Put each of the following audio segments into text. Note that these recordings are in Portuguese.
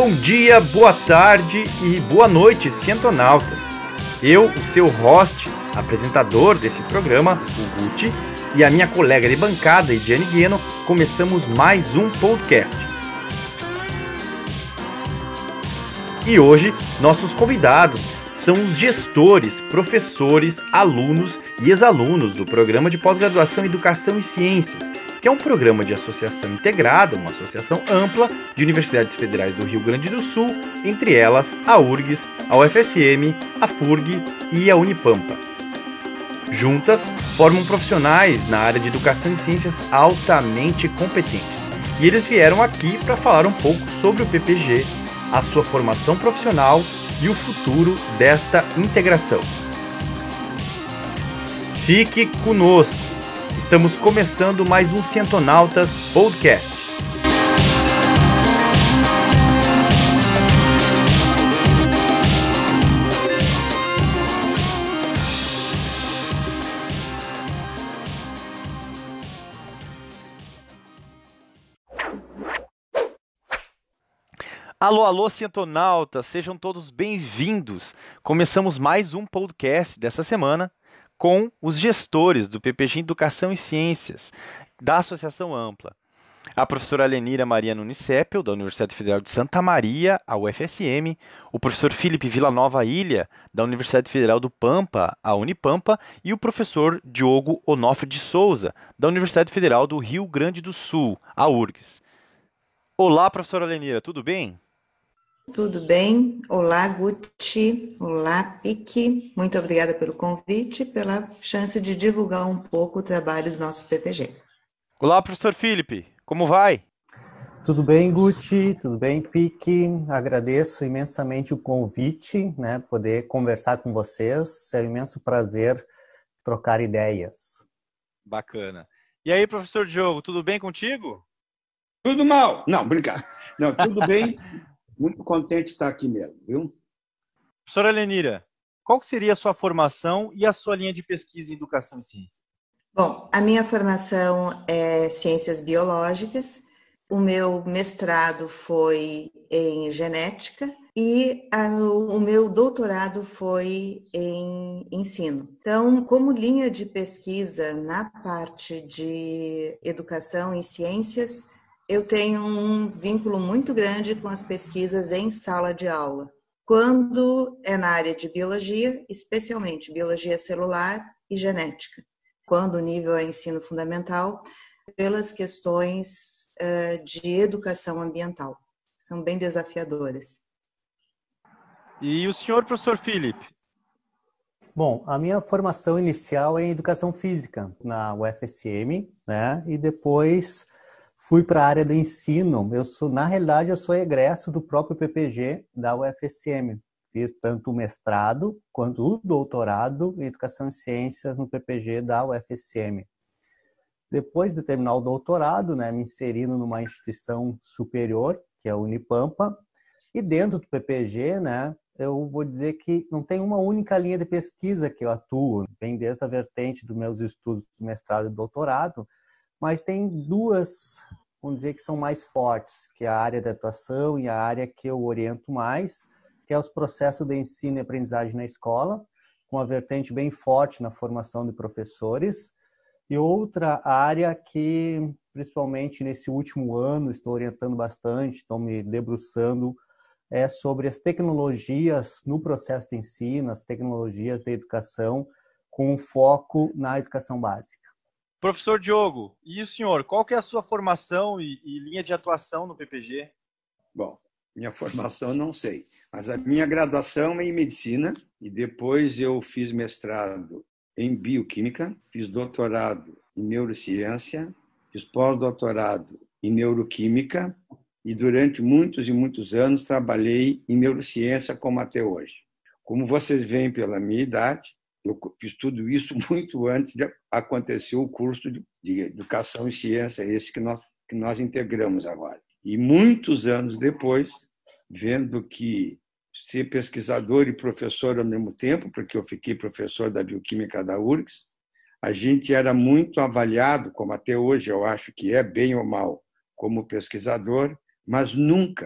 Bom dia, boa tarde e boa noite, cientonautas. Eu, o seu host, apresentador desse programa, o Gucci, e a minha colega de bancada, Ediane Gueno, começamos mais um podcast. E hoje, nossos convidados são os gestores, professores, alunos e ex-alunos do Programa de Pós-Graduação em Educação e Ciências, que é um programa de associação integrada, uma associação ampla de universidades federais do Rio Grande do Sul, entre elas a URGS, a UFSM, a FURG e a Unipampa. Juntas, formam profissionais na área de educação e ciências altamente competentes. E eles vieram aqui para falar um pouco sobre o PPG, a sua formação profissional e o futuro desta integração. Fique conosco! Estamos começando mais um Cientonautas Podcast. Alô, alô, cientonautas, sejam todos bem-vindos. Começamos mais um podcast dessa semana com os gestores do PPG Educação e Ciências, da Associação Ampla. A professora Lenira Maria Nunes Seppel, da Universidade Federal de Santa Maria, a UFSM, o professor Felipe Villanova Ilha, da Universidade Federal do Pampa, a Unipampa, e o professor Diogo Onofre de Souza, da Universidade Federal do Rio Grande do Sul, a URGS. Olá, professora Lenira, tudo bem? Tudo bem? Olá, Gucci. Olá, Pique. Muito obrigada pelo convite e pela chance de divulgar um pouco o trabalho do nosso PPG. Olá, professor Felipe. Como vai? Tudo bem, Gucci? Tudo bem, Pique? Agradeço imensamente o convite, poder conversar com vocês. É um imenso prazer trocar ideias. Bacana. E aí, professor Diogo, tudo bem contigo? Tudo mal. Não, brincar. Não, tudo bem. Muito contente de estar aqui mesmo, viu? Professora Lenira, qual seria a sua formação e a sua linha de pesquisa em educação e ciência? Bom, a minha formação é Ciências Biológicas, o meu mestrado foi em Genética e o meu doutorado foi em Ensino. Então, como linha de pesquisa na parte de Educação e Ciências, eu tenho um vínculo muito grande com as pesquisas em sala de aula. Quando é na área de biologia, especialmente biologia celular e genética. Quando o nível é ensino fundamental, pelas questões de educação ambiental. São bem desafiadoras. E o senhor, professor Felipe? Bom, a minha formação inicial é em Educação Física, na UFSM, e depois fui para a área do ensino. Na realidade, eu sou egresso do próprio PPG da UFSM. Fiz tanto o mestrado quanto o doutorado em Educação e Ciências no PPG da UFSM. Depois de terminar o doutorado, me inseri numa instituição superior, que é a Unipampa, e dentro do PPG, eu vou dizer que não tem uma única linha de pesquisa que eu atuo, vem desde a vertente dos meus estudos de mestrado e doutorado, mas tem duas, vamos dizer, que são mais fortes, que é a área de atuação e a área que eu oriento mais, que é os processos de ensino e aprendizagem na escola, com a vertente bem forte na formação de professores, e outra área que, principalmente nesse último ano, estou orientando bastante, estou me debruçando, é sobre as tecnologias no processo de ensino, as tecnologias de educação, com foco na educação básica. Professor Diogo, e o senhor, qual que é a sua formação e linha de atuação no PPG? Bom, minha formação não sei, mas a minha graduação é em medicina e depois eu fiz mestrado em bioquímica, fiz doutorado em neurociência, fiz pós-doutorado em neuroquímica e durante muitos e muitos anos trabalhei em neurociência como até hoje. Como vocês veem pela minha idade, eu fiz tudo isso muito antes de acontecer o curso de Educação e Ciência, esse que nós integramos agora. E muitos anos depois, vendo que ser pesquisador e professor ao mesmo tempo, porque eu fiquei professor da Bioquímica da URGS, a gente era muito avaliado, como até hoje eu acho que é bem ou mal, como pesquisador, mas nunca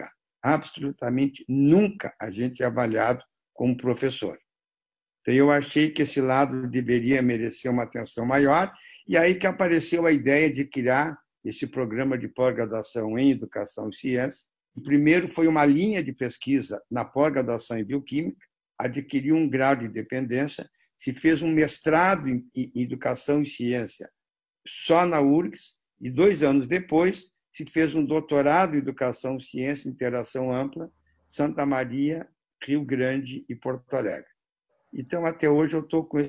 absolutamente nunca a gente é avaliado como professor. Então, eu achei que esse lado deveria merecer uma atenção maior, e aí que apareceu a ideia de criar esse programa de pós-graduação em Educação e Ciência. O primeiro foi uma linha de pesquisa na pós-graduação em Bioquímica, adquiriu um grau de dependência, se fez um mestrado em Educação e Ciência só na URGS, e 2 anos depois se fez um doutorado em Educação, Ciência e Interação Ampla, Santa Maria, Rio Grande e Porto Alegre. Então, até hoje, eu estou com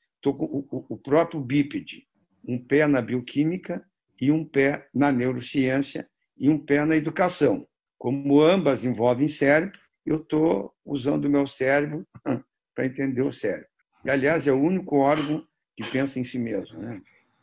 o próprio bípede, um pé na bioquímica e um pé na neurociência e um pé na educação. Como ambas envolvem cérebro, eu estou usando o meu cérebro para entender o cérebro. E, aliás, é o único órgão que pensa em si mesmo, né?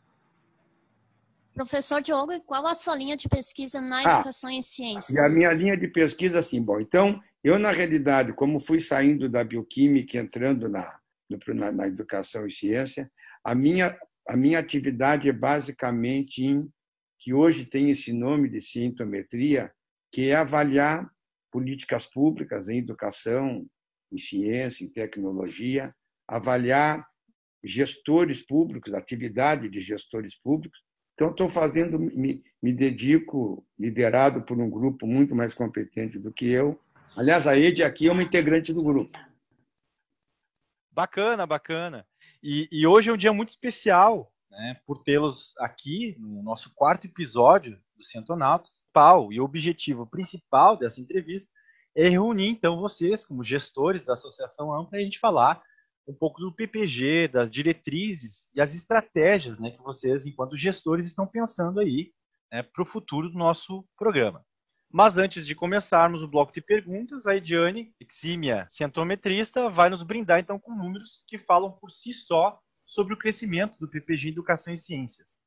Professor Diogo, e qual a sua linha de pesquisa na educação e ciências? E a minha linha de pesquisa, assim, bom, então, eu, na realidade, como fui saindo da bioquímica e entrando na educação e ciência, a minha atividade é basicamente que hoje tem esse nome de cientometria, que é avaliar políticas públicas em educação, em ciência, em tecnologia, avaliar gestores públicos, atividade de gestores públicos. Então, estou fazendo, me dedico, liderado por um grupo muito mais competente do que eu. Aliás, a Ede aqui é uma integrante do grupo. Bacana, bacana. E hoje é um dia muito especial, né, por tê-los aqui no nosso 4º episódio do Cientonautas. E o objetivo principal dessa entrevista é reunir, então, vocês, como gestores da Associação Ampla, para a gente falar um pouco do PPG, das diretrizes e as estratégias, né, que vocês, enquanto gestores, estão pensando aí, né, para o futuro do nosso programa. Mas antes de começarmos o bloco de perguntas, a Ediane, exímia cientometrista, vai nos brindar então com números que falam por si só sobre o crescimento do PPG em Educação e Ciências.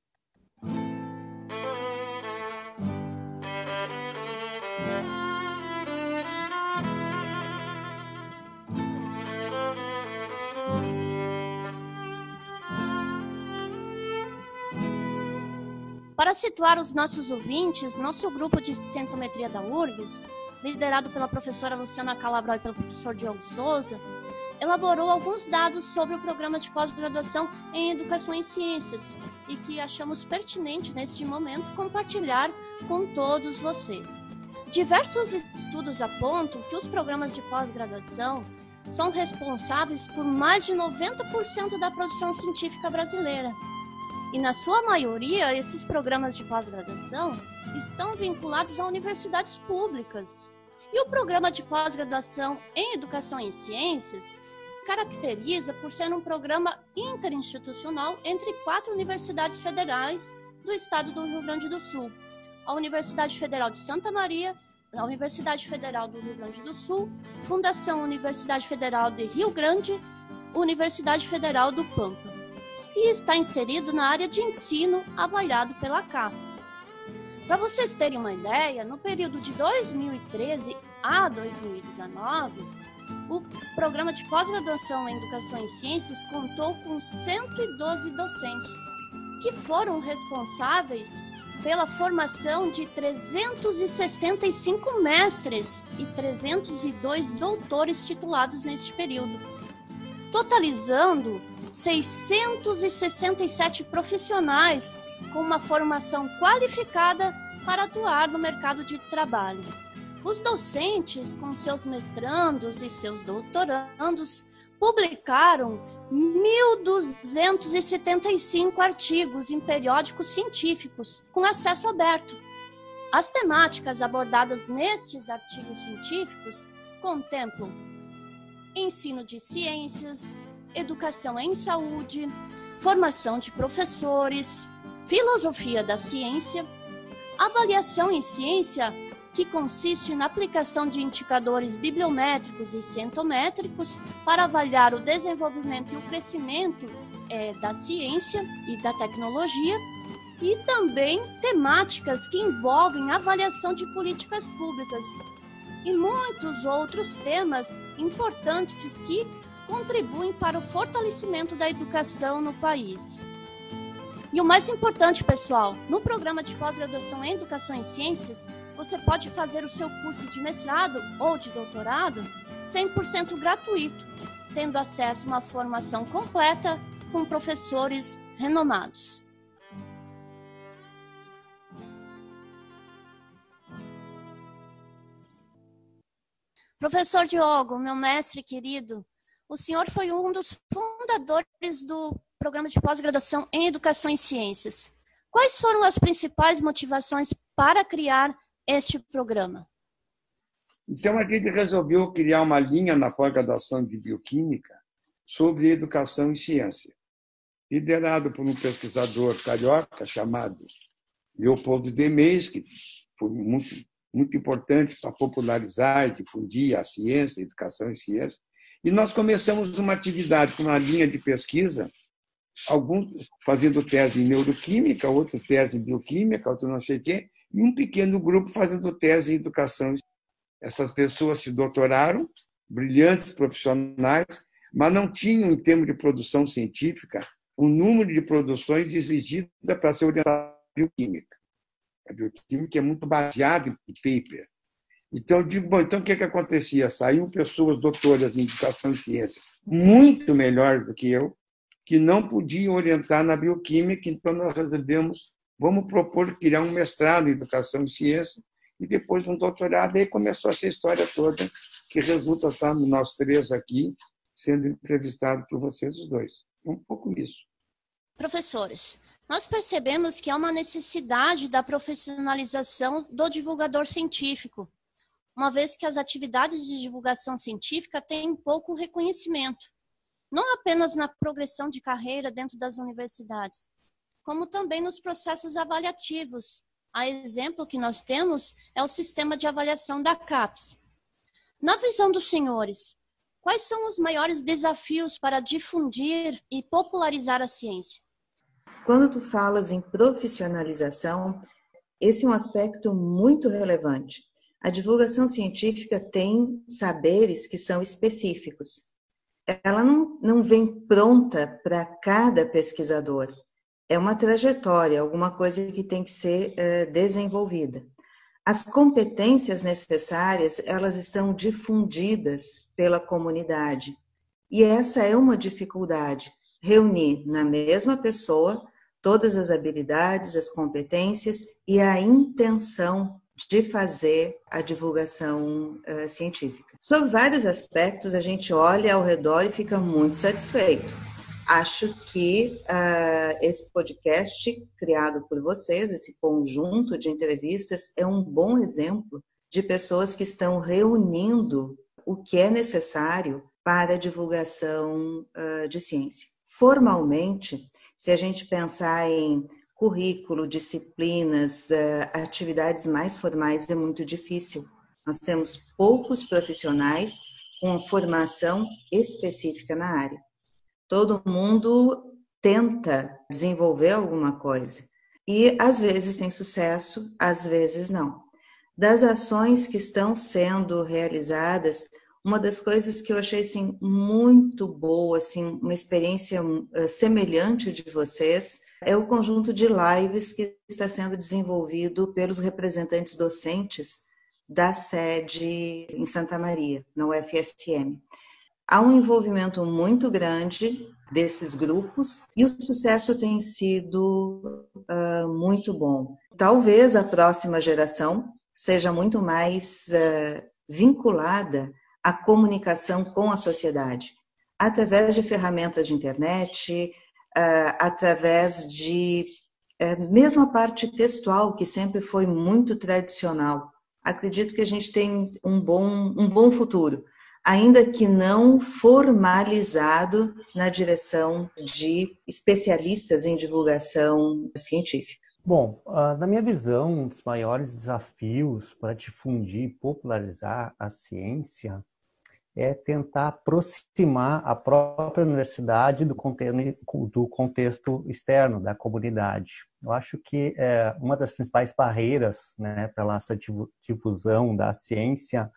Para situar os nossos ouvintes, nosso grupo de cientometria da URGS, liderado pela professora Luciana Calabro e pelo professor Diogo Souza, elaborou alguns dados sobre o programa de pós-graduação em Educação e Ciências e que achamos pertinente, neste momento, compartilhar com todos vocês. Diversos estudos apontam que os programas de pós-graduação são responsáveis por mais de 90% da produção científica brasileira. E, na sua maioria, esses programas de pós-graduação estão vinculados a universidades públicas. E o programa de pós-graduação em Educação e Ciências caracteriza por ser um programa interinstitucional entre 4 universidades federais do estado do Rio Grande do Sul. A Universidade Federal de Santa Maria, a Universidade Federal do Rio Grande do Sul, Fundação Universidade Federal de Rio Grande, Universidade Federal do Pampa. E está inserido na área de ensino avaliado pela CAPES. Para vocês terem uma ideia, no período de 2013 a 2019, o programa de pós-graduação em Educação e Ciências contou com 112 docentes, que foram responsáveis pela formação de 365 mestres e 302 doutores titulados neste período, totalizando 667 profissionais com uma formação qualificada para atuar no mercado de trabalho. Os docentes, com seus mestrandos e seus doutorandos, publicaram 1.275 artigos em periódicos científicos com acesso aberto. As temáticas abordadas nestes artigos científicos contemplam ensino de ciências, educação em saúde, formação de professores, filosofia da ciência, avaliação em ciência, que consiste na aplicação de indicadores bibliométricos e cientométricos para avaliar o desenvolvimento e o crescimento da ciência e da tecnologia, e também temáticas que envolvem avaliação de políticas públicas e muitos outros temas importantes que contribuem para o fortalecimento da educação no país. E o mais importante, pessoal, no programa de pós-graduação em Educação em Ciências, você pode fazer o seu curso de mestrado ou de doutorado 100% gratuito, tendo acesso a uma formação completa com professores renomados. Professor Diogo, meu mestre querido, o senhor foi um dos fundadores do programa de pós-graduação em Educação em Ciências. Quais foram as principais motivações para criar este programa? Então, a gente resolveu criar uma linha na pós-graduação de Bioquímica sobre educação em ciência, liderado por um pesquisador carioca chamado Leopoldo Demeis, que foi muito importante para popularizar e difundir a ciência, a educação em ciência. E nós começamos uma atividade com uma linha de pesquisa, alguns fazendo tese em neuroquímica, outro tese em bioquímica, outro não sei o quê, e um pequeno grupo fazendo tese em educação. Essas pessoas se doutoraram, brilhantes profissionais, mas não tinham, em termos de produção científica, o número de produções exigida para ser orientada à bioquímica. A bioquímica é muito baseada em paper. Então, eu digo, bom, então o que acontecia? Saíam pessoas doutoras em educação e ciência muito melhores do que eu, que não podiam orientar na bioquímica, então nós resolvemos, vamos propor criar um mestrado em educação e ciência e depois um doutorado, e aí começou essa história toda que resulta estar nós três aqui sendo entrevistados por vocês os dois. É um pouco isso. Professores, nós percebemos que há uma necessidade da profissionalização do divulgador científico, uma vez que as atividades de divulgação científica têm pouco reconhecimento, não apenas na progressão de carreira dentro das universidades, como também nos processos avaliativos. A exemplo que nós temos é o sistema de avaliação da CAPES. Na visão dos senhores, quais são os maiores desafios para difundir e popularizar a ciência? Quando tu falas em profissionalização, esse é um aspecto muito relevante. A divulgação científica tem saberes que são específicos. Ela não vem pronta para cada pesquisador. É uma trajetória, alguma coisa que tem que ser desenvolvida. As competências necessárias, elas estão difundidas pela comunidade. E essa é uma dificuldade, reunir na mesma pessoa todas as habilidades, as competências e a intenção de fazer a divulgação científica. Sobre vários aspectos, a gente olha ao redor e fica muito satisfeito. Acho que esse podcast criado por vocês, esse conjunto de entrevistas, é um bom exemplo de pessoas que estão reunindo o que é necessário para a divulgação de ciência. Formalmente, se a gente pensar em currículo, disciplinas, atividades mais formais, é muito difícil. Nós temos poucos profissionais com formação específica na área. Todo mundo tenta desenvolver alguma coisa e às vezes tem sucesso, às vezes não. Das ações que estão sendo realizadas, uma das coisas que eu achei assim, muito boa, assim, uma experiência semelhante de vocês, é o conjunto de lives que está sendo desenvolvido pelos representantes docentes da sede em Santa Maria, na UFSM. Há um envolvimento muito grande desses grupos e o sucesso tem sido muito bom. Talvez a próxima geração seja muito mais vinculada à comunicação com a sociedade, através de ferramentas de internet, através de mesmo a parte textual, que sempre foi muito tradicional. Acredito que a gente tem um bom futuro, ainda que não formalizado na direção de especialistas em divulgação científica. Bom, na minha visão, um dos maiores desafios para difundir e popularizar a ciência é tentar aproximar a própria universidade do contexto externo, da comunidade. Eu acho que uma das principais barreiras, né, para essa difusão da ciência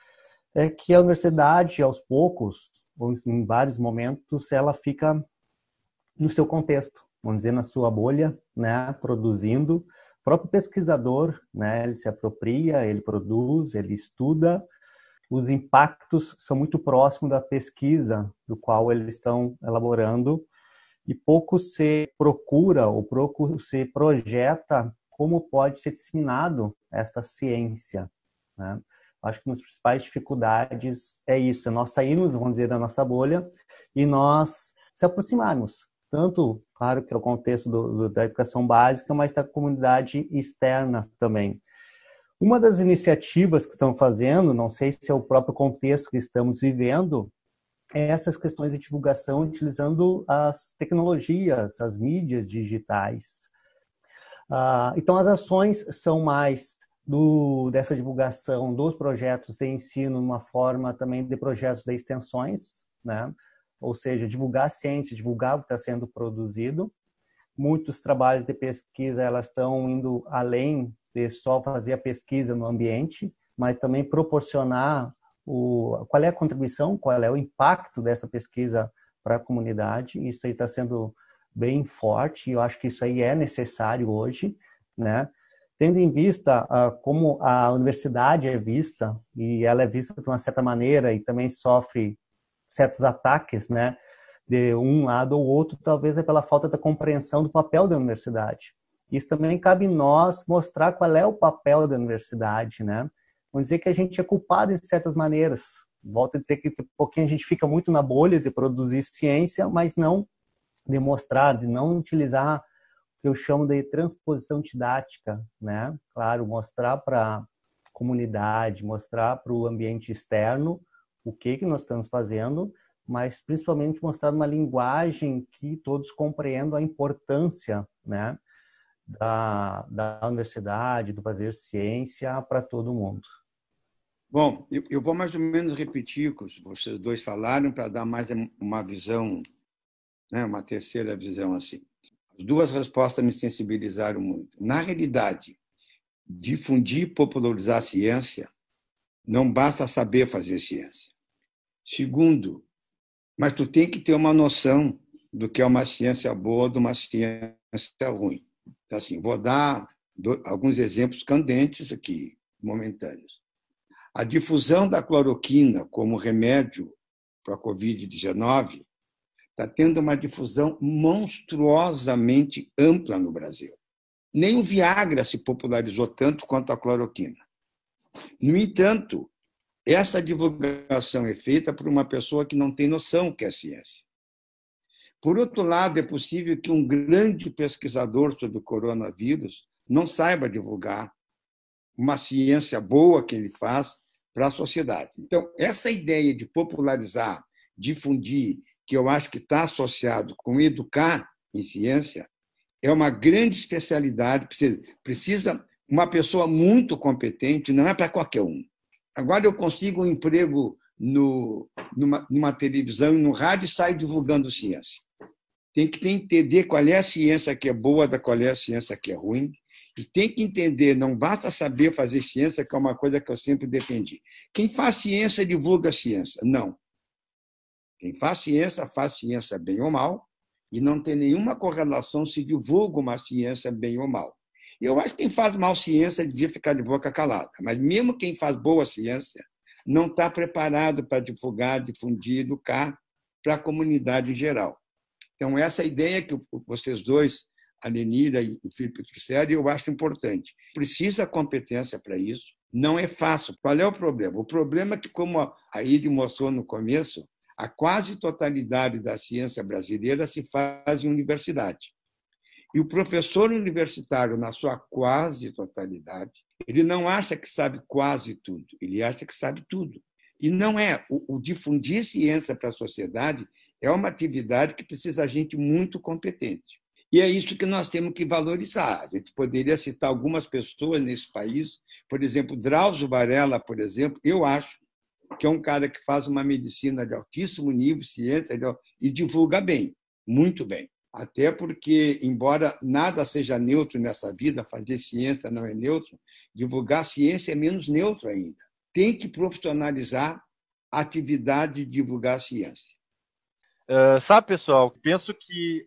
é que a universidade, aos poucos, ou em vários momentos, ela fica no seu contexto, vamos dizer, na sua bolha, né, produzindo. O próprio pesquisador, né, ele se apropria, ele produz, ele estuda. Os impactos são muito próximos da pesquisa do qual eles estão elaborando e pouco se procura ou pouco se projeta como pode ser disseminado esta ciência, né? Acho que uma das principais dificuldades é isso, é nós sairmos, vamos dizer, da nossa bolha e nós se aproximarmos, tanto, claro, que é o contexto da educação básica, mas da comunidade externa também. Uma das iniciativas que estão fazendo, não sei se é o próprio contexto que estamos vivendo, é essas questões de divulgação utilizando as tecnologias, as mídias digitais. Então, as ações são mais dessa divulgação dos projetos de ensino, uma forma também de projetos de extensões, né? Ou seja, divulgar a ciência, divulgar o que está sendo produzido. Muitos trabalhos de pesquisa elas estão indo além de só fazer a pesquisa no ambiente, mas também proporcionar qual é a contribuição, qual é o impacto dessa pesquisa para a comunidade. Isso aí está sendo bem forte e eu acho que isso aí é necessário hoje, né? Tendo em vista como a universidade é vista, e ela é vista de uma certa maneira e também sofre certos ataques, né? De um lado ou outro, talvez é pela falta da compreensão do papel da universidade. Isso também cabe nós mostrar qual é o papel da universidade, né? Vamos dizer que a gente é culpado de certas maneiras. Volto a dizer que um pouquinho a gente fica muito na bolha de produzir ciência, mas não demonstrar, de não utilizar o que eu chamo de transposição didática, né? Claro, mostrar para a comunidade, mostrar para o ambiente externo o que nós estamos fazendo, mas principalmente mostrar uma linguagem que todos compreendam a importância, né, da universidade, do fazer ciência para todo mundo. Bom, eu vou mais ou menos repetir o que vocês dois falaram para dar mais uma visão, né, uma terceira visão assim. As duas respostas me sensibilizaram muito. Na realidade, difundir e popularizar a ciência não basta saber fazer ciência. Segundo, mas tu tem que ter uma noção do que é uma ciência boa de uma ciência ruim. Então, assim, vou dar alguns exemplos candentes aqui, momentâneos. A difusão da cloroquina como remédio para a Covid-19 está tendo uma difusão monstruosamente ampla no Brasil. Nem o Viagra se popularizou tanto quanto a cloroquina. No entanto, essa divulgação é feita por uma pessoa que não tem noção do que é ciência. Por outro lado, é possível que um grande pesquisador sobre o coronavírus não saiba divulgar uma ciência boa que ele faz para a sociedade. Então, essa ideia de popularizar, difundir, que eu acho que está associado com educar em ciência, é uma grande especialidade. Precisa uma pessoa muito competente, não é para qualquer um. Agora eu consigo um emprego numa televisão e no rádio e saio divulgando ciência. Tem que entender qual é a ciência que é boa da qual é a ciência que é ruim. E tem que entender, não basta saber fazer ciência, que é uma coisa que eu sempre defendi. Quem faz ciência, divulga ciência. Não. Quem faz ciência bem ou mal, e não tem nenhuma correlação se divulga uma ciência bem ou mal. Eu acho que quem faz mal ciência devia ficar de boca calada, mas mesmo quem faz boa ciência não está preparado para divulgar, difundir, educar para a comunidade em geral. Então, essa ideia que vocês dois, a Lenira e o Filipe disseram, eu acho importante. Precisa competência para isso, não é fácil. Qual é o problema? O problema é que, como a Ide mostrou no começo, a quase totalidade da ciência brasileira se faz em universidade. E o professor universitário, na sua quase totalidade, ele não acha que sabe quase tudo, ele acha que sabe tudo. E não é. O difundir ciência para a sociedade é uma atividade que precisa de gente muito competente. E é isso que nós temos que valorizar. A gente poderia citar algumas pessoas nesse país, por exemplo, Drauzio Varela, por exemplo, eu acho que é um cara que faz uma medicina de altíssimo nível, ciência, e divulga bem, muito bem. Até porque, embora nada seja neutro nessa vida, fazer ciência não é neutro, divulgar ciência é menos neutro ainda. Tem que profissionalizar a atividade de divulgar ciência. Sabe, pessoal, penso que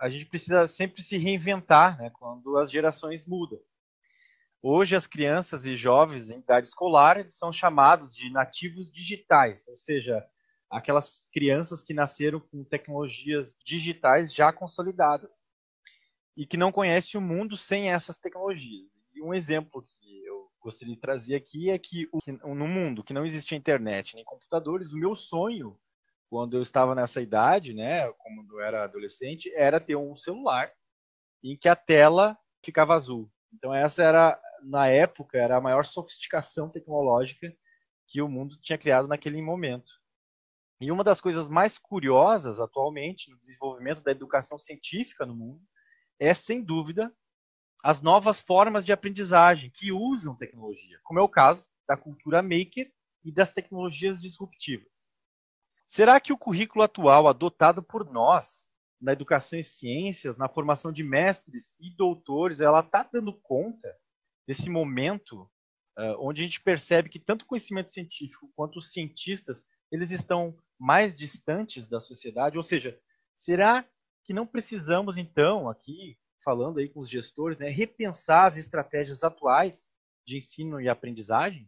a gente precisa sempre se reinventar, né, quando as gerações mudam. Hoje, as crianças e jovens em idade escolar, eles são chamados de nativos digitais, ou seja, aquelas crianças que nasceram com tecnologias digitais já consolidadas e que não conhecem o mundo sem essas tecnologias. E um exemplo que eu gostaria de trazer aqui é que no mundo que não existia internet nem computadores, o meu sonho, quando eu estava nessa idade, né, como eu era adolescente, era ter um celular em que a tela ficava azul. Então essa era, na época, era a maior sofisticação tecnológica que o mundo tinha criado naquele momento. E uma das coisas mais curiosas atualmente no desenvolvimento da educação científica no mundo é, sem dúvida, as novas formas de aprendizagem que usam tecnologia, como é o caso da cultura maker e das tecnologias disruptivas. Será que o currículo atual adotado por nós, na educação em ciências, na formação de mestres e doutores, ela está dando conta desse momento onde a gente percebe que tanto o conhecimento científico quanto os cientistas, eles estão mais distantes da sociedade? Ou seja, será que não precisamos, então, aqui, falando aí com os gestores, né, repensar as estratégias atuais de ensino e aprendizagem?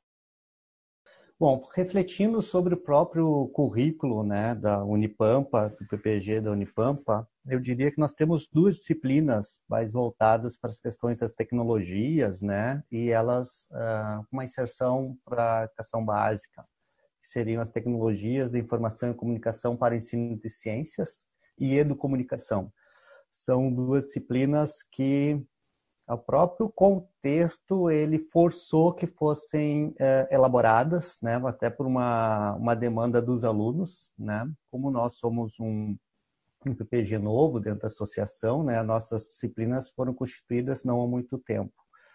Bom, refletindo sobre o próprio currículo, né, da Unipampa, do PPG da Unipampa, eu diria que nós temos duas disciplinas mais voltadas para as questões das tecnologias, né, e elas uma inserção para a educação básica, que seriam as tecnologias da informação e comunicação para ensino de ciências e educomunicação. São duas disciplinas que o próprio contexto ele forçou que fossem elaboradas, né, até por uma demanda dos alunos, né, como nós somos um PPG novo dentro da associação, né, nossas disciplinas foram constituídas não há muito tempo.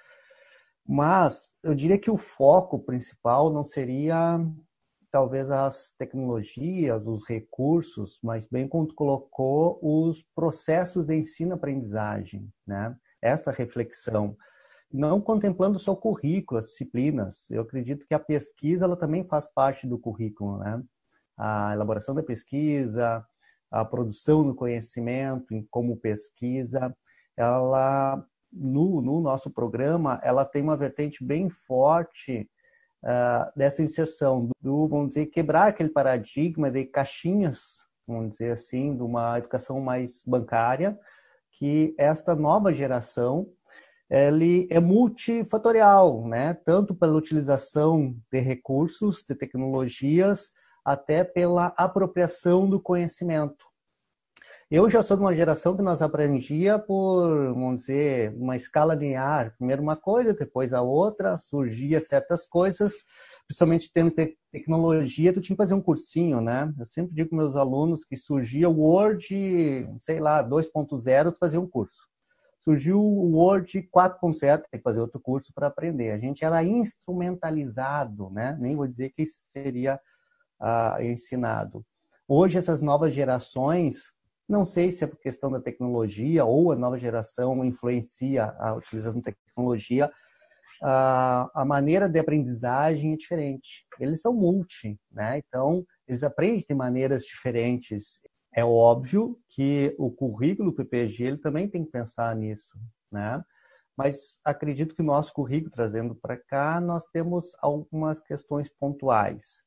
Mas eu diria que o foco principal não seria talvez as tecnologias, os recursos, mas bem como tu colocou, os processos de ensino-aprendizagem, né? Esta reflexão, não contemplando só o currículo, as disciplinas. Eu acredito que a pesquisa ela também faz parte do currículo, né? A elaboração da pesquisa, a produção do conhecimento em como pesquisa, ela no nosso programa, ela tem uma vertente bem forte dessa inserção, vamos dizer, quebrar aquele paradigma de caixinhas, vamos dizer assim, de uma educação mais bancária, que esta nova geração ele é multifatorial, né? Tanto pela utilização de recursos, de tecnologias, até pela apropriação do conhecimento. Eu já sou de uma geração que nós aprendia por, vamos dizer, uma escala linear. Primeiro uma coisa, depois a outra, surgia certas coisas, principalmente em termos de tecnologia, tu tinha que fazer um cursinho, né? Eu sempre digo para meus alunos que surgia o Word, sei lá, 2.0, tu fazia um curso. Surgiu o Word 4.0, tem que fazer outro curso para aprender. A gente era instrumentalizado, né? Nem vou dizer que seria ensinado. Hoje, essas novas gerações, não sei se é por questão da tecnologia ou a nova geração influencia a utilização da tecnologia, a maneira de aprendizagem é diferente. Eles são multi, né? Então, eles aprendem de maneiras diferentes. É óbvio que o currículo PPG ele também tem que pensar nisso, né? Mas acredito que o nosso currículo, trazendo para cá, nós temos algumas questões pontuais.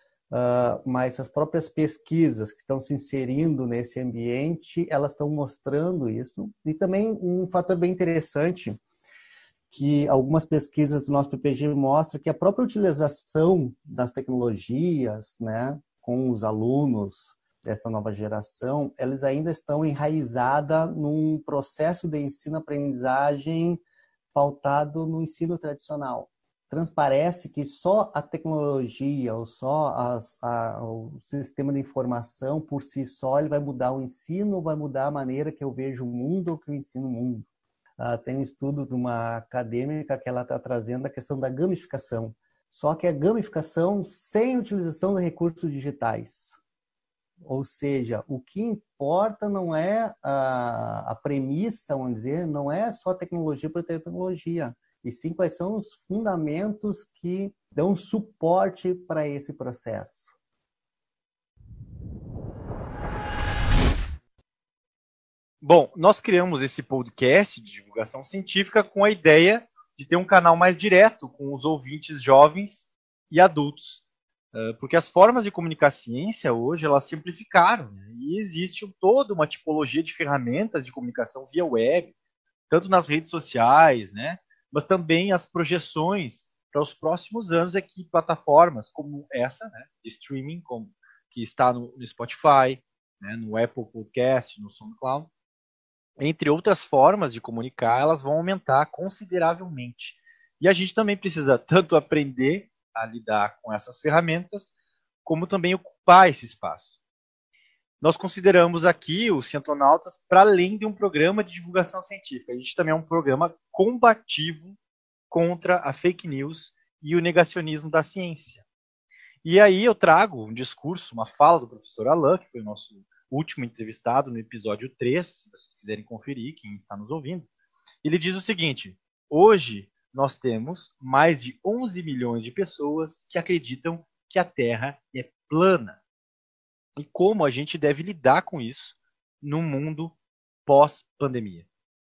Mas as próprias pesquisas que estão se inserindo nesse ambiente, elas estão mostrando isso. E também um fator bem interessante, que algumas pesquisas do nosso PPG mostram que a própria utilização das tecnologias, né, com os alunos dessa nova geração, eles ainda estão enraizadas num processo de ensino-aprendizagem pautado no ensino tradicional. Transparece que só a tecnologia ou só o sistema de informação por si só ele vai mudar o ensino, vai mudar a maneira que eu vejo o mundo ou que eu ensino o mundo. Tem um estudo de uma acadêmica que ela está trazendo a questão da gamificação. Só que a gamificação sem utilização de recursos digitais. Ou seja, o que importa não é a premissa, vamos dizer, não é só tecnologia por tecnologia, e sim quais são os fundamentos que dão suporte para esse processo. Bom, nós criamos esse podcast de divulgação científica com a ideia de ter um canal mais direto com os ouvintes jovens e adultos. Porque as formas de comunicar ciência hoje, elas simplificaram, né? E existe toda uma tipologia de ferramentas de comunicação via web, tanto nas redes sociais, né? Mas também as projeções para os próximos anos é que plataformas como essa, né, de streaming, como que está no Spotify, né, no Apple Podcast, no SoundCloud, entre outras formas de comunicar, elas vão aumentar consideravelmente. E a gente também precisa tanto aprender a lidar com essas ferramentas, como também ocupar esse espaço. Nós consideramos aqui o Cientonautas para além de um programa de divulgação científica. A gente também é um programa combativo contra a fake news e o negacionismo da ciência. E aí eu trago um discurso, uma fala do professor Alain, que foi o nosso último entrevistado no episódio 3, se vocês quiserem conferir, quem está nos ouvindo. Ele diz o seguinte: hoje nós temos mais de 11 milhões de pessoas que acreditam que a Terra é plana. E como a gente deve lidar com isso no mundo pós-pandemia?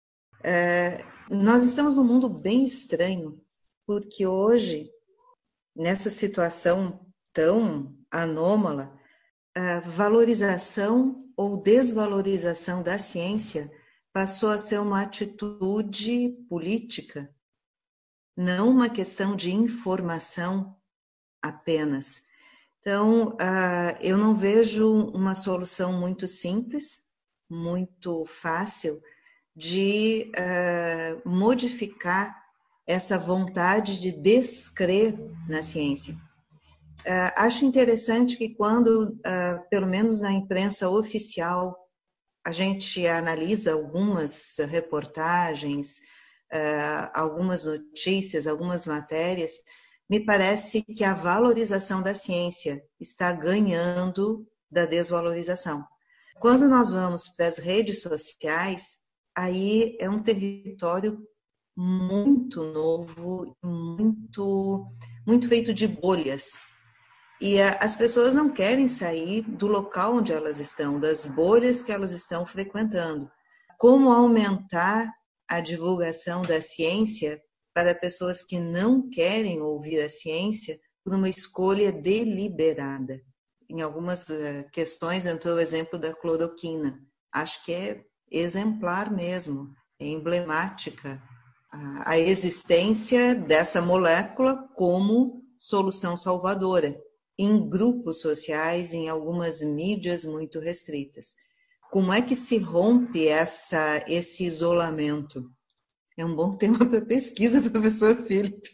Nós estamos num mundo bem estranho, porque hoje, nessa situação tão anômala, a valorização ou desvalorização da ciência passou a ser uma atitude política, não uma questão de informação apenas. Então, eu não vejo uma solução muito simples, muito fácil de modificar essa vontade de descrer na ciência. Acho interessante que quando, pelo menos na imprensa oficial, a gente analisa algumas reportagens, algumas notícias, algumas matérias, me parece que a valorização da ciência está ganhando da desvalorização. Quando nós vamos para as redes sociais, aí é um território muito novo, muito feito de bolhas. E as pessoas não querem sair do local onde elas estão, das bolhas que elas estão frequentando. Como aumentar a divulgação da ciência para pessoas que não querem ouvir a ciência por uma escolha deliberada? Em algumas questões entrou o exemplo da cloroquina. Acho que é exemplar mesmo, é emblemática a existência dessa molécula como solução salvadora em grupos sociais, em algumas mídias muito restritas. Como é que se rompe esse isolamento? É um bom tema para pesquisa, professor Felipe.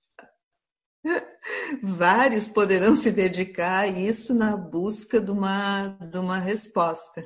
Vários poderão se dedicar a isso na busca de uma resposta.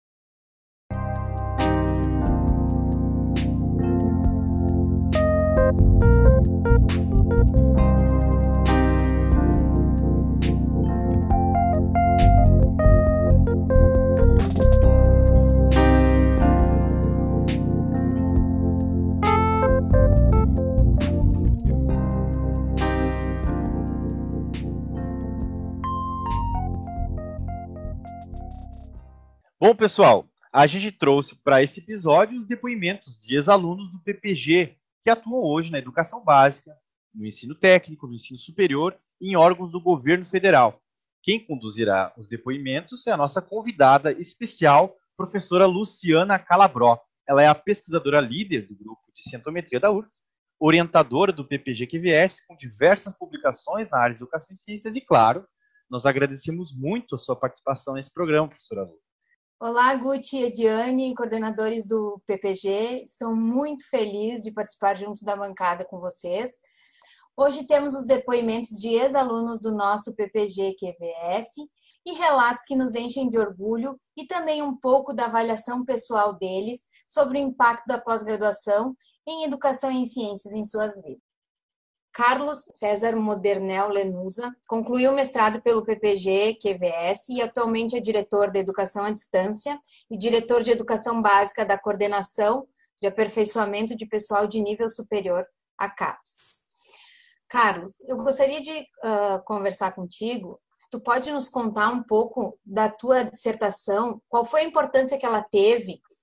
Bom, pessoal, a gente trouxe para esse episódio os depoimentos de ex-alunos do PPG que atuam hoje na educação básica, no ensino técnico, no ensino superior e em órgãos do governo federal. Quem conduzirá os depoimentos é a nossa convidada especial, professora Luciana Calabró. Ela é a pesquisadora líder do grupo de cientometria da URGS, orientadora do PPG-QVS, com diversas publicações na área de educação e ciências e, claro, nós agradecemos muito a sua participação nesse programa, professora Lu. Olá, Guti e Ediane, coordenadores do PPG. Estou muito feliz de participar junto da bancada com vocês. Hoje temos os depoimentos de ex-alunos do nosso PPG-QVS e relatos que nos enchem de orgulho e também um pouco da avaliação pessoal deles sobre o impacto da pós-graduação em educação e em ciências em suas vidas. Carlos César Modernel Lenusa concluiu o mestrado pelo PPG-QVS e atualmente é diretor de Educação à Distância e diretor de Educação Básica da Coordenação de Aperfeiçoamento de Pessoal de Nível Superior, a CAPES. Carlos, eu gostaria de conversar contigo. Se tu pode nos contar um pouco da tua dissertação, qual foi a importância que ela teve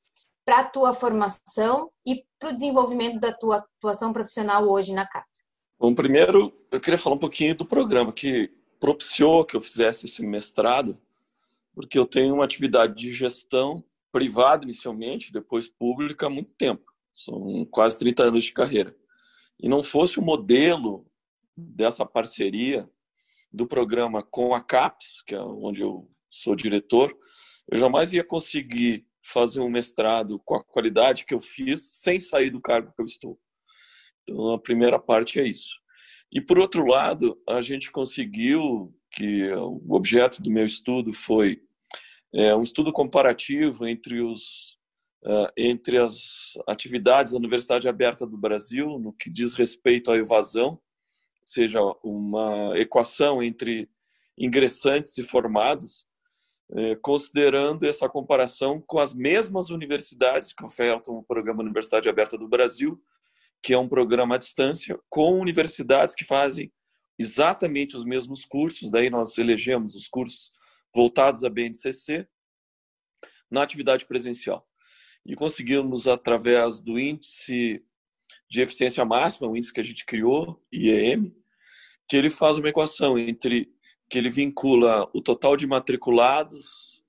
para a tua formação e para o desenvolvimento da tua atuação profissional hoje na CAPES? Bom, primeiro eu queria falar um pouquinho do programa que propiciou que eu fizesse esse mestrado, porque eu tenho uma atividade de gestão privada inicialmente, depois pública há muito tempo. São quase 30 anos de carreira. E não fosse o modelo dessa parceria do programa com a CAPES, que é onde eu sou diretor, eu jamais ia conseguir fazer um mestrado com a qualidade que eu fiz sem sair do cargo que eu estou. Então, a primeira parte é isso. E, por outro lado, a gente conseguiu que o objeto do meu estudo foi um estudo comparativo entre as atividades da Universidade Aberta do Brasil no que diz respeito à evasão, ou seja, uma equação entre ingressantes e formados, considerando essa comparação com as mesmas universidades que ofertam o programa Universidade Aberta do Brasil, que é um programa à distância, com universidades que fazem exatamente os mesmos cursos. Daí nós elegemos os cursos voltados à BNCC na atividade presencial. E conseguimos, através do índice de eficiência máxima, o índice que a gente criou, IEM, que ele faz uma equação entre que ele vincula o total de matriculados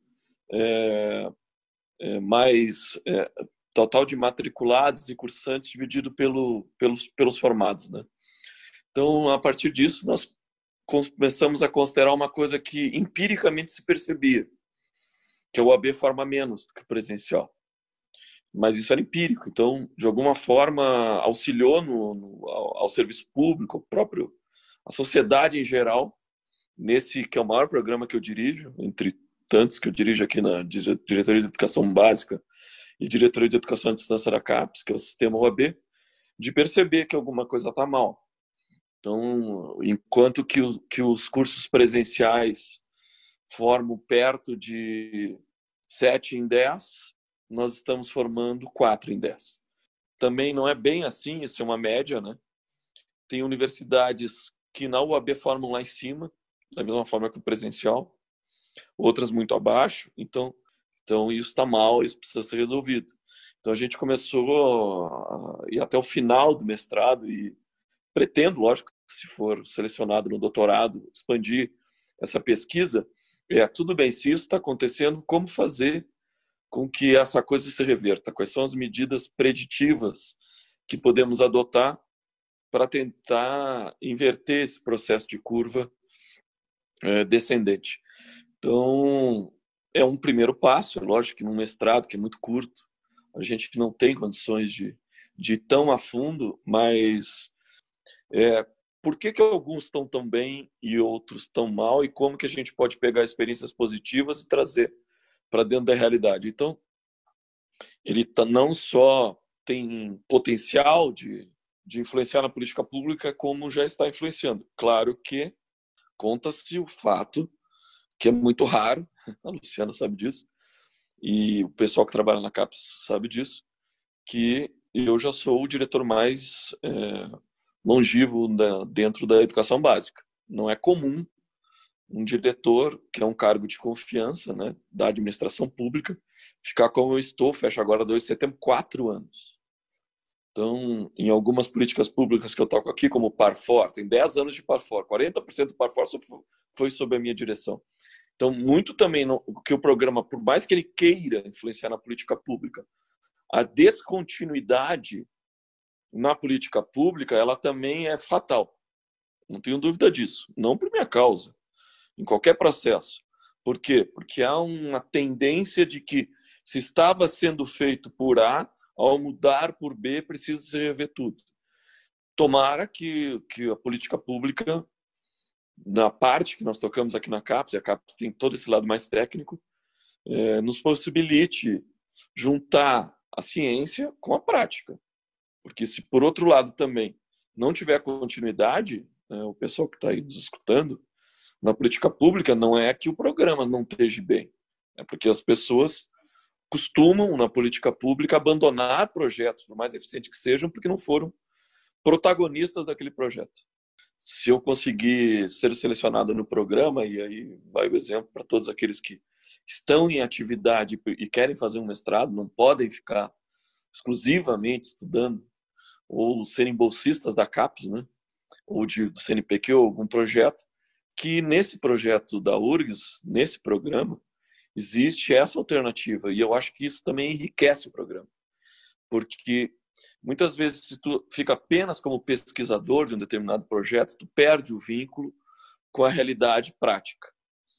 mais total de matriculados e cursantes dividido pelos formados, né? Então, a partir disso, nós começamos a considerar uma coisa que empiricamente se percebia, que a UAB forma menos do que o presencial. Mas isso era empírico, então, de alguma forma, auxiliou ao serviço público, a sociedade em geral, nesse que é o maior programa que eu dirijo, entre tantos que eu dirijo aqui na Diretoria de Educação Básica e Diretoria de Educação à Distância da CAPES, que é o sistema UAB, de perceber que alguma coisa está mal. Então, enquanto que os cursos presenciais formam perto de 7 em 10, nós estamos formando 4 em 10. Também não é bem assim, isso é uma média, né? Tem universidades que na UAB formam lá em cima, da mesma forma que o presencial, outras muito abaixo, então isso está mal, isso precisa ser resolvido. Então a gente começou a ir até o final do mestrado e pretendo, lógico, se for selecionado no doutorado, expandir essa pesquisa. Tudo bem, se isso está acontecendo, como fazer com que essa coisa se reverta? Quais são as medidas preditivas que podemos adotar para tentar inverter esse processo de curva descendente? Então, é um primeiro passo. É lógico que num mestrado, que é muito curto, a gente não tem condições de ir tão a fundo, mas por que alguns estão tão bem e outros tão mal, e como que a gente pode pegar experiências positivas e trazer para dentro da realidade? Então, ele não só tem potencial de influenciar na política pública, como já está influenciando. Claro que conta-se o fato, que é muito raro, a Luciana sabe disso, e o pessoal que trabalha na CAPES sabe disso, que eu já sou o diretor mais longevo dentro da educação básica. Não é comum um diretor, que é um cargo de confiança, né, da administração pública, ficar como eu estou, fecha agora 2 de setembro, 4 anos. Então, em algumas políticas públicas que eu toco aqui, como o Parfor, tem 10 anos de Parfor, 40% do Parfor foi sob a minha direção. Então, muito também que o programa, por mais que ele queira influenciar na política pública, a descontinuidade na política pública, ela também é fatal. Não tenho dúvida disso. Não por minha causa, em qualquer processo. Por quê? Porque há uma tendência de que se estava sendo feito por A, ao mudar por B, precisa se rever tudo. Tomara que a política pública, na parte que nós tocamos aqui na CAPES, e a CAPES tem todo esse lado mais técnico, nos possibilite juntar a ciência com a prática. Porque se, por outro lado, também não tiver continuidade, o pessoal que está aí nos escutando, na política pública, não é que o programa não esteja bem, é porque as pessoas costumam, na política pública, abandonar projetos, por mais eficientes que sejam, porque não foram protagonistas daquele projeto. Se eu conseguir ser selecionado no programa, e aí vai o exemplo para todos aqueles que estão em atividade e querem fazer um mestrado, não podem ficar exclusivamente estudando ou serem bolsistas da CAPES, né? Ou do CNPq ou algum projeto, que nesse projeto da URGS, nesse programa, existe essa alternativa. E eu acho que isso também enriquece o programa. Porque muitas vezes, se tu fica apenas como pesquisador de um determinado projeto, tu perde o vínculo com a realidade prática.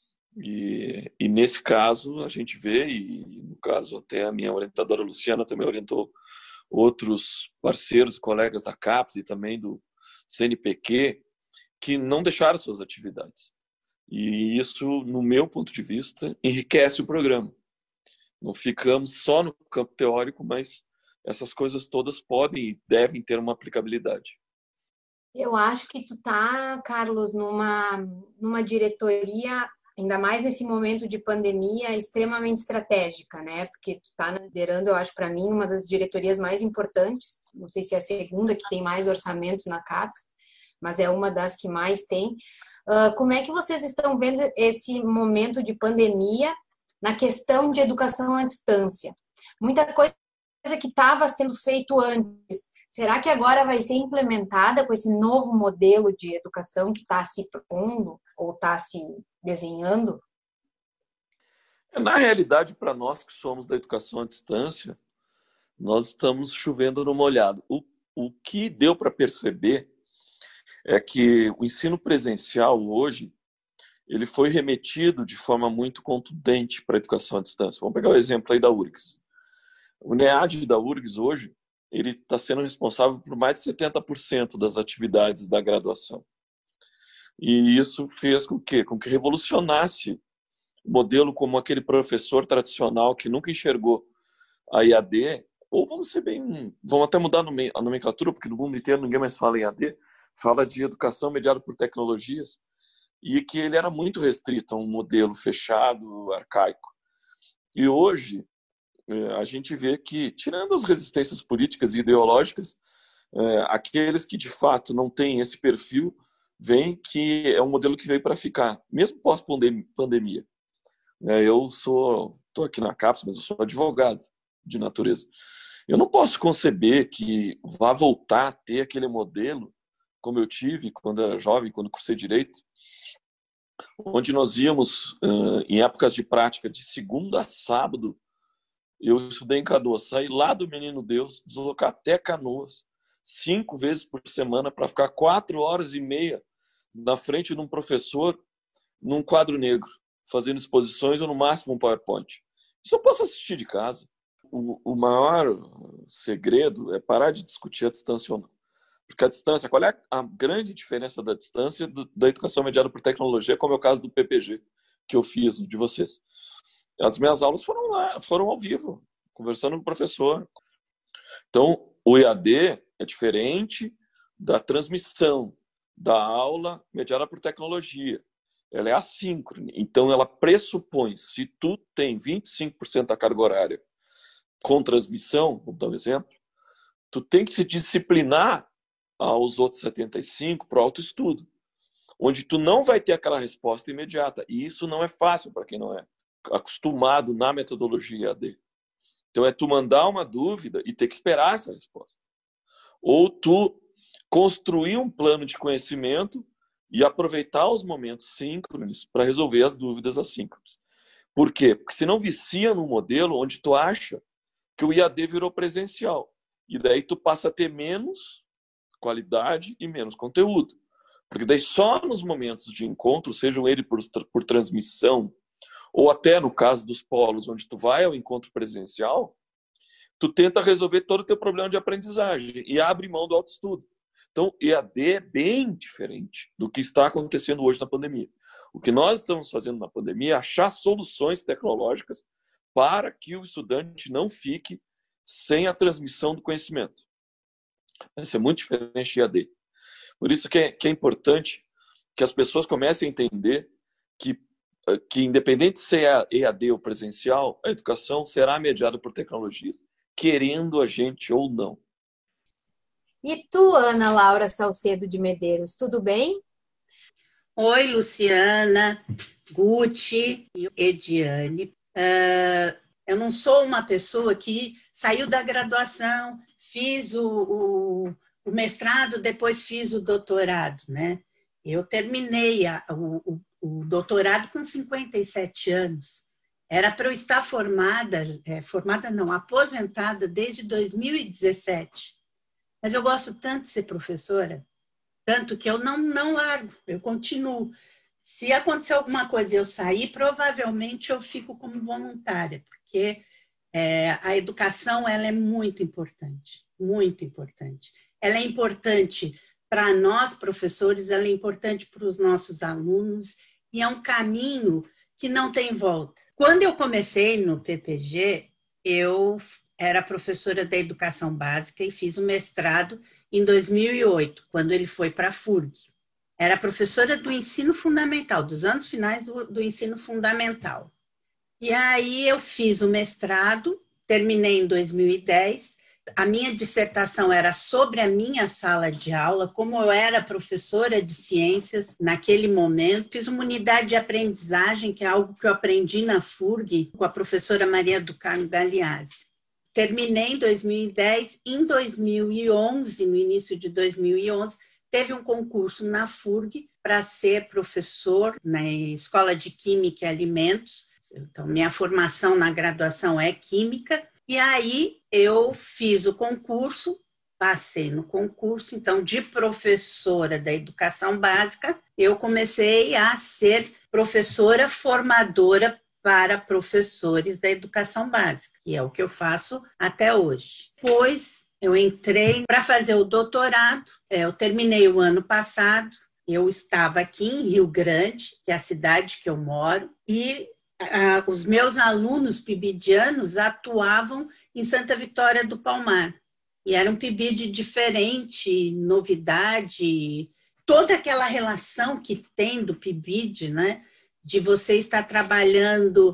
E nesse caso, a gente vê, e no caso até a minha orientadora Luciana também orientou outros parceiros e colegas da CAPES e também do CNPq, que não deixaram suas atividades. E isso, no meu ponto de vista, enriquece o programa. Não ficamos só no campo teórico, mas essas coisas todas podem e devem ter uma aplicabilidade. Eu acho que tu tá, Carlos, numa diretoria, ainda mais nesse momento de pandemia, extremamente estratégica, né? Porque tu tá liderando, eu acho, para mim, uma das diretorias mais importantes. Não sei se é a segunda que tem mais orçamento na CAPES, mas é uma das que mais tem. Como é que vocês estão vendo esse momento de pandemia na questão de educação à distância? Muita coisa que estava sendo feito antes, será que agora vai ser implementada com esse novo modelo de educação que está se propondo ou está se desenhando? Na realidade, para nós que somos da educação à distância, nós estamos chovendo no molhado. O que deu para perceber é que o ensino presencial hoje ele foi remetido de forma muito contundente para a educação à distância. Vamos pegar o exemplo aí da URGS. O NEAD da URGS hoje ele está sendo responsável por mais de 70% das atividades da graduação. E isso fez com que revolucionasse o modelo como aquele professor tradicional que nunca enxergou a IAD, ou vamos até mudar a nomenclatura, porque no mundo inteiro ninguém mais fala em IAD, fala de educação mediada por tecnologias, e que ele era muito restrito a um modelo fechado, arcaico. E hoje, a gente vê que, tirando as resistências políticas e ideológicas, aqueles que de fato não têm esse perfil, veem que é um modelo que veio para ficar, mesmo pós-pandemia. Eu estou aqui na CAPES, mas eu sou advogado de natureza. Eu não posso conceber que vá voltar a ter aquele modelo como eu tive quando era jovem, quando cursei Direito, onde nós íamos, em épocas de prática, de segunda a sábado, eu estudei em Canoas, saí lá do Menino Deus, deslocar até Canoas, 5 vezes por semana, para ficar 4 horas e meia na frente de um professor num quadro negro, fazendo exposições ou no máximo um PowerPoint. Isso eu posso assistir de casa. O maior segredo é parar de discutir a distância ou não. Porque a distância, qual é a grande diferença da distância da educação mediada por tecnologia, como é o caso do PPG, que eu fiz, de vocês? As minhas aulas foram ao vivo, conversando com o professor. Então, o EAD é diferente da transmissão da aula mediada por tecnologia. Ela é assíncrone, então ela pressupõe, se tu tem 25% da carga horária com transmissão, vamos dar um exemplo, tu tem que se disciplinar aos outros 75% para o autoestudo, onde tu não vai ter aquela resposta imediata. E isso não é fácil para quem não é acostumado na metodologia EAD. Então é tu mandar uma dúvida e ter que esperar essa resposta. Ou tu construir um plano de conhecimento e aproveitar os momentos síncronos para resolver as dúvidas assíncronas. Por quê? Porque senão vicia num modelo onde tu acha que o IAD virou presencial. E daí tu passa a ter menos qualidade e menos conteúdo. Porque daí só nos momentos de encontro, sejam eles por transmissão, ou até no caso dos polos, onde tu vai ao encontro presencial, tu tenta resolver todo o teu problema de aprendizagem e abre mão do autoestudo. Então, EAD é bem diferente do que está acontecendo hoje na pandemia. O que nós estamos fazendo na pandemia é achar soluções tecnológicas para que o estudante não fique sem a transmissão do conhecimento. Isso é muito diferente de EAD. Por isso que é importante que as pessoas comecem a entender que independente se é EAD ou presencial, a educação será mediada por tecnologias, querendo a gente ou não. E tu, Ana Laura Salcedo de Medeiros, tudo bem? Oi, Luciana, Guti e Ediane. Eu não sou uma pessoa que saiu da graduação, fiz o mestrado, depois fiz o doutorado, né? Eu terminei o doutorado com 57 anos. Era para eu estar aposentada desde 2017. Mas eu gosto tanto de ser professora, tanto que eu não largo, eu continuo. Se acontecer alguma coisa e eu sair, provavelmente eu fico como voluntária, porque a educação ela é muito importante, muito importante. Ela é importante para nós, professores, ela é importante para os nossos alunos e é um caminho que não tem volta. Quando eu comecei no PPG, eu era professora da educação básica e fiz o mestrado em 2008, quando ele foi para a FURG. Era professora do ensino fundamental, dos anos finais do ensino fundamental. E aí eu fiz o mestrado, terminei em 2010. A minha dissertação era sobre a minha sala de aula, como eu era professora de ciências naquele momento. Fiz uma unidade de aprendizagem, que é algo que eu aprendi na FURG, com a professora Maria do Carmo Galeazzi. Terminei em 2010. Em 2011, no início de 2011, teve um concurso na FURG para ser professor na Escola de Química e Alimentos. Então, minha formação na graduação é Química. E aí eu fiz o concurso, passei no concurso. Então, de professora da educação básica, eu comecei a ser professora formadora para professores da educação básica, que é o que eu faço até hoje. Depois, eu entrei para fazer o doutorado, eu terminei o ano passado, eu estava aqui em Rio Grande, que é a cidade que eu moro, e os meus alunos pibidianos atuavam em Santa Vitória do Palmar. E era um PIBID diferente, novidade, toda aquela relação que tem do PIBID, né? De você estar trabalhando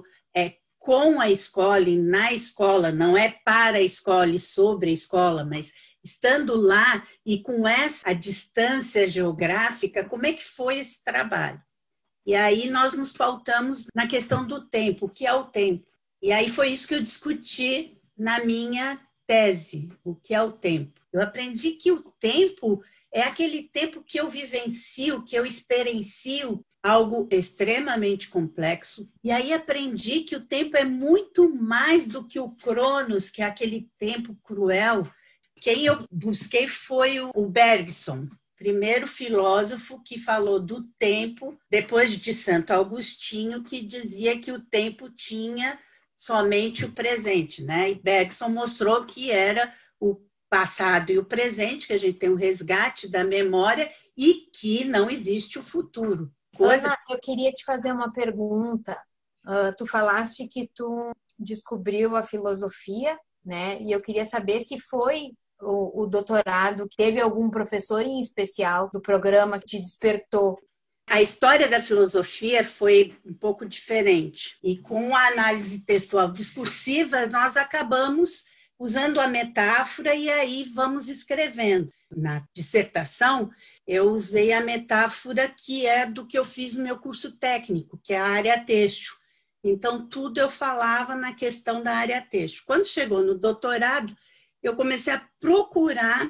com a escola e na escola, não é para a escola e sobre a escola, mas estando lá e com essa distância geográfica, como é que foi esse trabalho? E aí nós nos pautamos na questão do tempo, o que é o tempo? E aí foi isso que eu discuti na minha tese, o que é o tempo. Eu aprendi que o tempo é aquele tempo que eu vivencio, que eu experiencio, algo extremamente complexo. E aí aprendi que o tempo é muito mais do que o Cronos, que é aquele tempo cruel. Quem eu busquei foi o Bergson, primeiro filósofo que falou do tempo, depois de Santo Agostinho, que dizia que o tempo tinha somente o presente, né? E Bergson mostrou que era o passado e o presente, que a gente tem um resgate da memória e que não existe o futuro. Ana, eu queria te fazer uma pergunta. Tu falaste que tu descobriu a filosofia, né? E eu queria saber se foi o doutorado, teve algum professor em especial do programa que te despertou? A história da filosofia foi um pouco diferente. E com a análise textual discursiva, nós acabamos usando a metáfora e aí vamos escrevendo. Na dissertação, eu usei a metáfora que é do que eu fiz no meu curso técnico, que é a área têxtil. Então, tudo eu falava na questão da área têxtil. Quando chegou no doutorado, eu comecei a procurar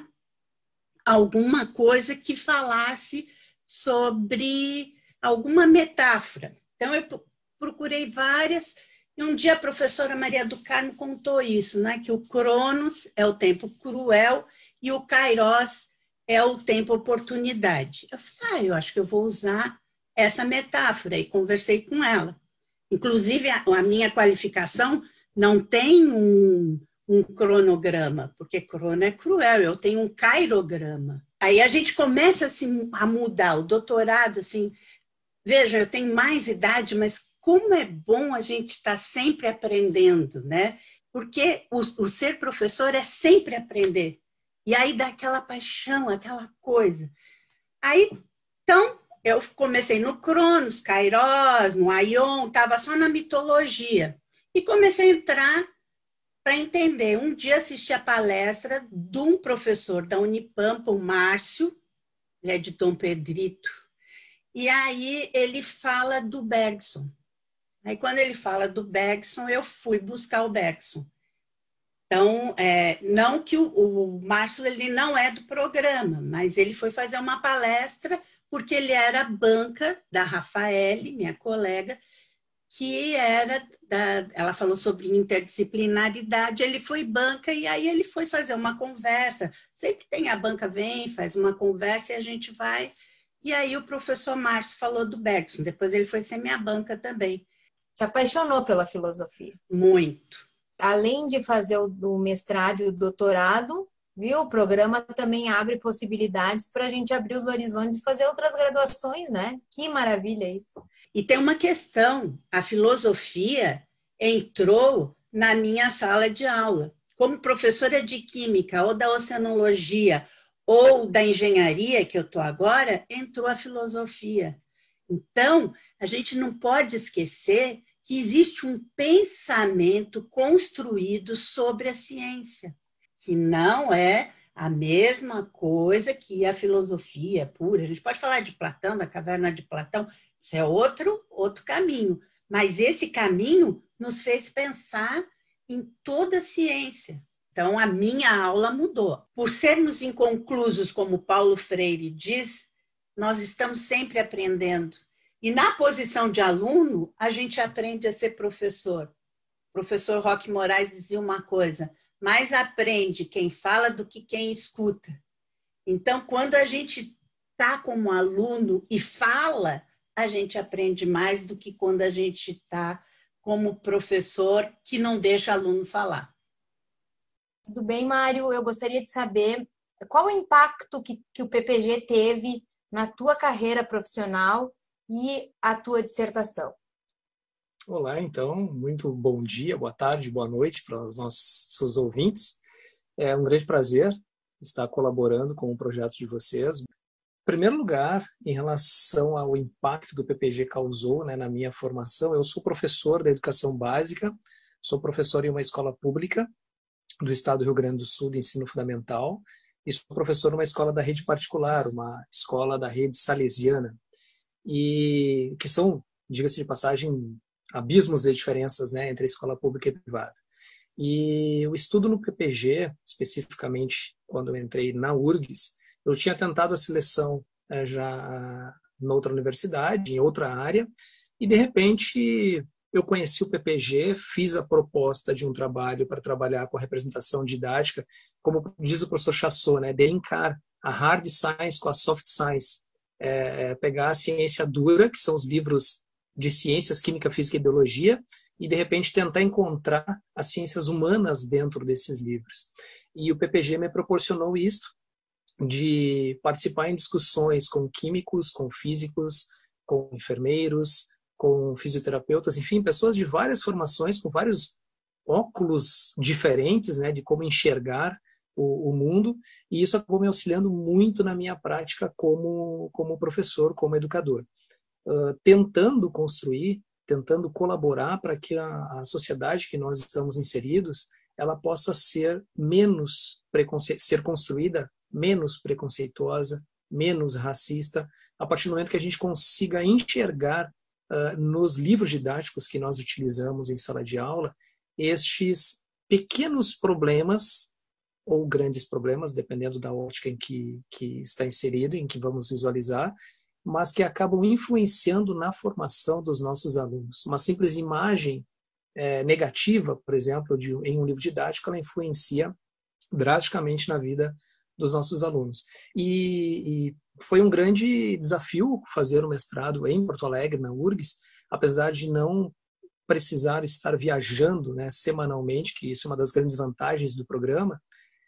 alguma coisa que falasse sobre alguma metáfora. Então, eu procurei várias, e um dia a professora Maria do Carmo contou isso, né? Que o Cronos é o tempo cruel e o Kairos é o tempo oportunidade. Eu falei, eu acho que eu vou usar essa metáfora, e conversei com ela. Inclusive, a minha qualificação não tem um cronograma, porque crono é cruel, eu tenho um kairograma. Aí a gente começa assim, a mudar o doutorado, assim, veja, eu tenho mais idade, mas como é bom a gente estar sempre aprendendo, né? Porque o ser professor é sempre aprender. E aí dá aquela paixão, aquela coisa. Aí, então, eu comecei no Cronos, Kairos, no Aion, estava só na mitologia. E comecei a entrar para entender. Um dia assisti a palestra de um professor da Unipampa, o Márcio, ele é de Dom Pedrito, e aí ele fala do Bergson. Aí, quando ele fala do Bergson, eu fui buscar o Bergson. Então, não que o Márcio ele não é do programa, mas ele foi fazer uma palestra porque ele era banca da Rafaele, minha colega, que ela falou sobre interdisciplinaridade, ele foi banca e aí ele foi fazer uma conversa. Sempre tem a banca vem, faz uma conversa e a gente vai. E aí o professor Márcio falou do Bergson, depois ele foi ser minha banca também. Te apaixonou pela filosofia? Muito. Além de fazer o mestrado e o doutorado, viu? O programa também abre possibilidades para a gente abrir os horizontes e fazer outras graduações, né? Que maravilha isso. E tem uma questão, a filosofia entrou na minha sala de aula. Como professora de química ou da oceanologia ou da engenharia, que eu estou agora, entrou a filosofia. Então, a gente não pode esquecer que existe um pensamento construído sobre a ciência, que não é a mesma coisa que a filosofia pura. A gente pode falar de Platão, da caverna de Platão, isso é outro caminho. Mas esse caminho nos fez pensar em toda a ciência. Então, a minha aula mudou. Por sermos inconclusos, como Paulo Freire diz, nós estamos sempre aprendendo. E na posição de aluno, a gente aprende a ser professor. O professor Roque Moraes dizia uma coisa: mais aprende quem fala do que quem escuta. Então, quando a gente está como aluno e fala, a gente aprende mais do que quando a gente está como professor que não deixa aluno falar. Tudo bem, Mário? Eu gostaria de saber qual o impacto que o PPG teve na tua carreira profissional e a tua dissertação. Olá, então, muito bom dia, boa tarde, boa noite para os nossos ouvintes. É um grande prazer estar colaborando com o projeto de vocês. Em primeiro lugar, em relação ao impacto que o PPG causou, né, na minha formação, eu sou professor da educação básica, sou professor em uma escola pública do estado do Rio Grande do Sul de ensino fundamental e sou professor numa escola da rede particular, uma escola da rede salesiana, e que são, diga-se de passagem, abismos de diferenças, né, entre a escola pública e privada. E o estudo no PPG, especificamente quando eu entrei na URGS, eu tinha tentado a seleção já em outra universidade, em outra área, e de repente eu conheci o PPG, fiz a proposta de um trabalho para trabalhar com a representação didática, como diz o professor Chassot, né, de linkar a hard science com a soft science, pegar a ciência dura, que são os livros de ciências, química, física e biologia, e de repente tentar encontrar as ciências humanas dentro desses livros. E o PPG me proporcionou isso, de participar em discussões com químicos, com físicos, com enfermeiros, com fisioterapeutas, enfim, pessoas de várias formações, com vários óculos diferentes, né, de como enxergar o mundo, e isso acabou me auxiliando muito na minha prática como professor, como educador. Tentando construir, tentando colaborar para que a sociedade que nós estamos inseridos, ela possa ser ser construída menos preconceituosa, menos racista, a partir do momento que a gente consiga enxergar nos livros didáticos que nós utilizamos em sala de aula, estes pequenos problemas ou grandes problemas, dependendo da ótica em que está inserido, em que vamos visualizar, mas que acabam influenciando na formação dos nossos alunos. Uma simples imagem negativa, por exemplo, em um livro didático, ela influencia drasticamente na vida dos nossos alunos. E foi um grande desafio fazer o mestrado em Porto Alegre, na URGS, apesar de não precisar estar viajando, né, semanalmente, que isso é uma das grandes vantagens do programa.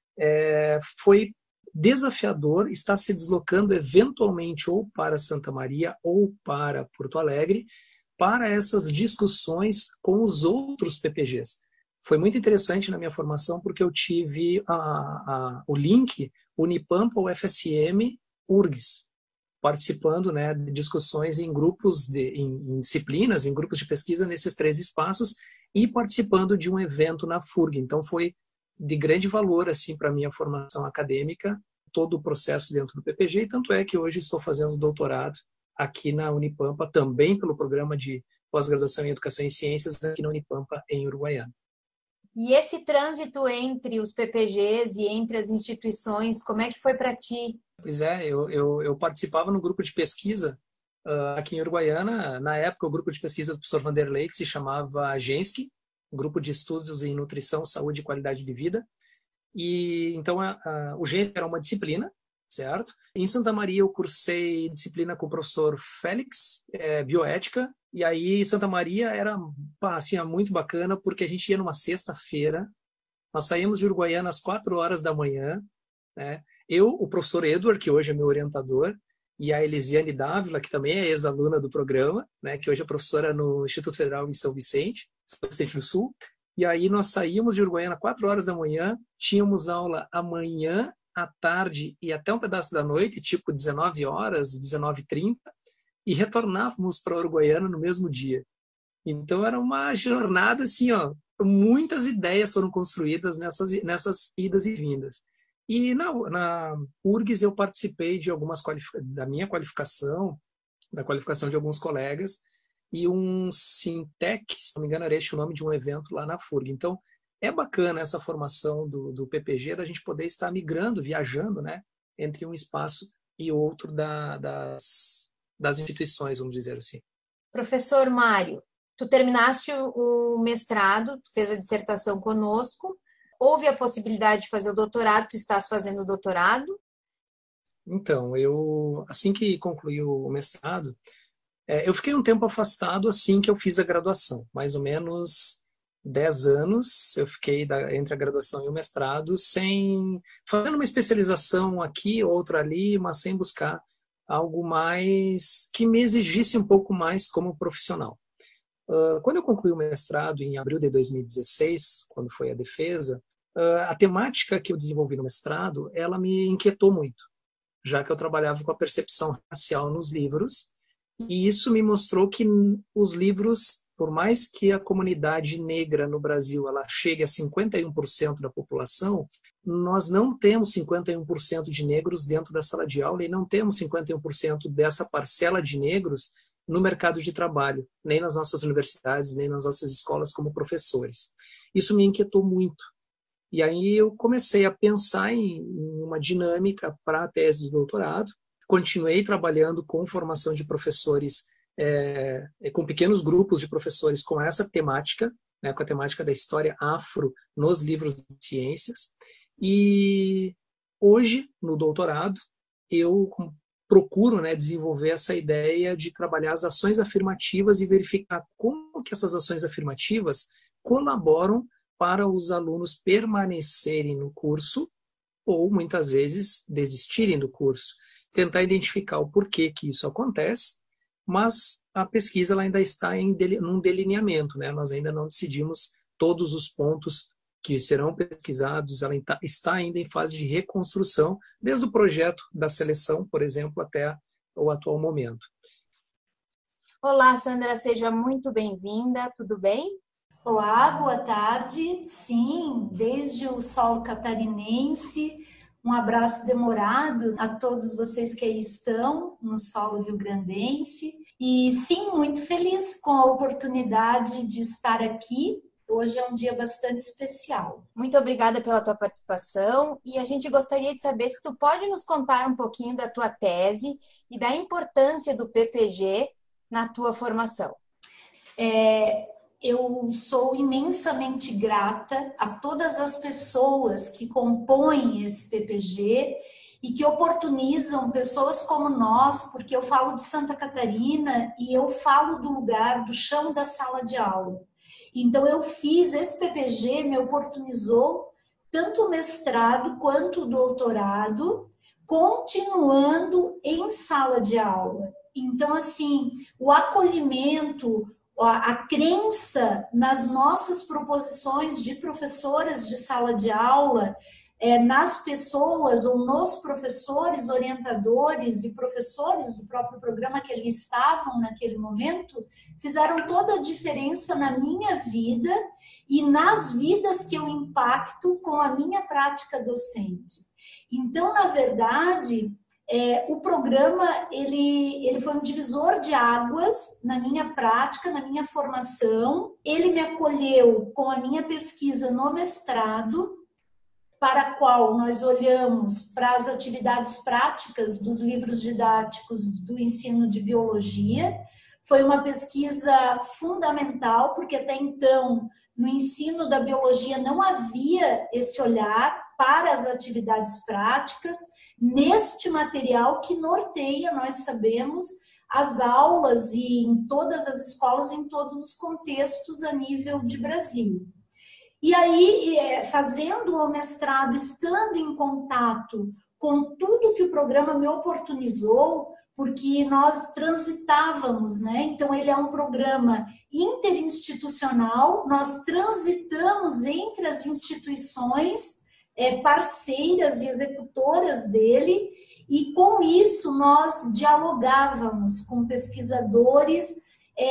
Foi desafiador estar se deslocando eventualmente ou para Santa Maria ou para Porto Alegre para essas discussões com os outros PPGs. Foi muito interessante na minha formação porque eu tive o link Unipampa, UFSM, URGS, participando, né, de discussões em grupos, em disciplinas, em grupos de pesquisa nesses 3 espaços e participando de um evento na FURG. Então foi de grande valor assim para a minha formação acadêmica, todo o processo dentro do PPG, e tanto é que hoje estou fazendo doutorado aqui na Unipampa, também pelo programa de pós-graduação em Educação e Ciências aqui na Unipampa, em Uruguaiana. E esse trânsito entre os PPGs e entre as instituições, como é que foi para ti? Pois é, eu participava no grupo de pesquisa aqui em Uruguaiana. Na época, o grupo de pesquisa do professor Vanderlei, que se chamava GENSC, Grupo de Estudos em Nutrição, Saúde e Qualidade de Vida. E então o GENSC era uma disciplina, certo? Em Santa Maria eu cursei disciplina com o professor Félix, bioética, e aí Santa Maria era assim, muito bacana, porque a gente ia numa sexta-feira, nós saímos de Uruguaiana às 4 horas da manhã, né? Eu, o professor Edward, que hoje é meu orientador, e a Elisiane Dávila, que também é ex-aluna do programa, né? Que hoje é professora no Instituto Federal em São Vicente do Sul. E aí nós saímos de Uruguaiana às 4 horas da manhã, tínhamos aula amanhã, à tarde e até um pedaço da noite, tipo 19 horas, 19h30, e retornávamos para Uruguaiana no mesmo dia. Então era uma jornada assim, ó, muitas ideias foram construídas nessas idas e vindas. E na URGS eu participei de algumas da minha qualificação, da qualificação de alguns colegas, e um Sintec, se não me engano era este o nome de um evento lá na FURG. Então é bacana essa formação do PPG, da gente poder estar migrando, viajando, né, entre um espaço e outro das instituições, vamos dizer assim. Professor Mário, tu terminaste o mestrado, tu fez a dissertação conosco, houve a possibilidade de fazer o doutorado, tu estás fazendo o doutorado? Então, assim que concluí o mestrado, eu fiquei um tempo afastado assim que eu fiz a graduação, mais ou menos 10 anos eu fiquei entre a graduação e o mestrado, fazendo uma especialização aqui, outra ali, mas sem buscar algo mais que me exigisse um pouco mais como profissional. Quando eu concluí o mestrado em abril de 2016, quando foi a defesa, a temática que eu desenvolvi no mestrado, ela me inquietou muito, já que eu trabalhava com a percepção racial nos livros, e isso me mostrou que os livros, por mais que a comunidade negra no Brasil ela chegue a 51% da população, nós não temos 51% de negros dentro da sala de aula e não temos 51% dessa parcela de negros no mercado de trabalho, nem nas nossas universidades, nem nas nossas escolas como professores. Isso me inquietou muito. E aí eu comecei a pensar em uma dinâmica para a tese de doutorado. Continuei trabalhando com formação de professores, com pequenos grupos de professores com essa temática, né, com a temática da história afro nos livros de ciências. E hoje, no doutorado, eu procuro, né, desenvolver essa ideia de trabalhar as ações afirmativas e verificar como que essas ações afirmativas colaboram para os alunos permanecerem no curso ou, muitas vezes, desistirem do curso. Tentar identificar o porquê que isso acontece, mas a pesquisa ela ainda está num delineamento, né? Nós ainda não decidimos todos os pontos que serão pesquisados, ela está ainda em fase de reconstrução, desde o projeto da seleção, por exemplo, até o atual momento. Olá, Sandra, seja muito bem-vinda, tudo bem? Olá, boa tarde. Sim, desde o solo catarinense, um abraço demorado a todos vocês que aí estão no solo rio-grandense. E sim, muito feliz com a oportunidade de estar aqui. Hoje é um dia bastante especial. Muito obrigada pela tua participação e a gente gostaria de saber se tu pode nos contar um pouquinho da tua tese e da importância do PPG na tua formação. Eu sou imensamente grata a todas as pessoas que compõem esse PPG e que oportunizam pessoas como nós, porque eu falo de Santa Catarina e eu falo do lugar, do chão da sala de aula. Então eu fiz, esse PPG me oportunizou tanto o mestrado quanto o doutorado, continuando em sala de aula. Então, assim, o acolhimento, a crença nas nossas proposições de professoras de sala de aula, nas pessoas ou nos professores, orientadores e professores do próprio programa que ali estavam naquele momento, fizeram toda a diferença na minha vida e nas vidas que eu impacto com a minha prática docente. Então, na verdade, o programa ele foi um divisor de águas na minha prática, na minha formação. Ele me acolheu com a minha pesquisa no mestrado, para a qual nós olhamos para as atividades práticas dos livros didáticos do ensino de biologia. Foi uma pesquisa fundamental, porque até então, no ensino da biologia, não havia esse olhar para as atividades práticas, neste material que norteia, nós sabemos, as aulas e em todas as escolas, em todos os contextos a nível de Brasil. E aí, fazendo o mestrado, estando em contato com tudo que o programa me oportunizou, porque nós transitávamos, né? Então, ele é um programa interinstitucional, nós transitamos entre as instituições parceiras e executoras dele, e com isso nós dialogávamos com pesquisadores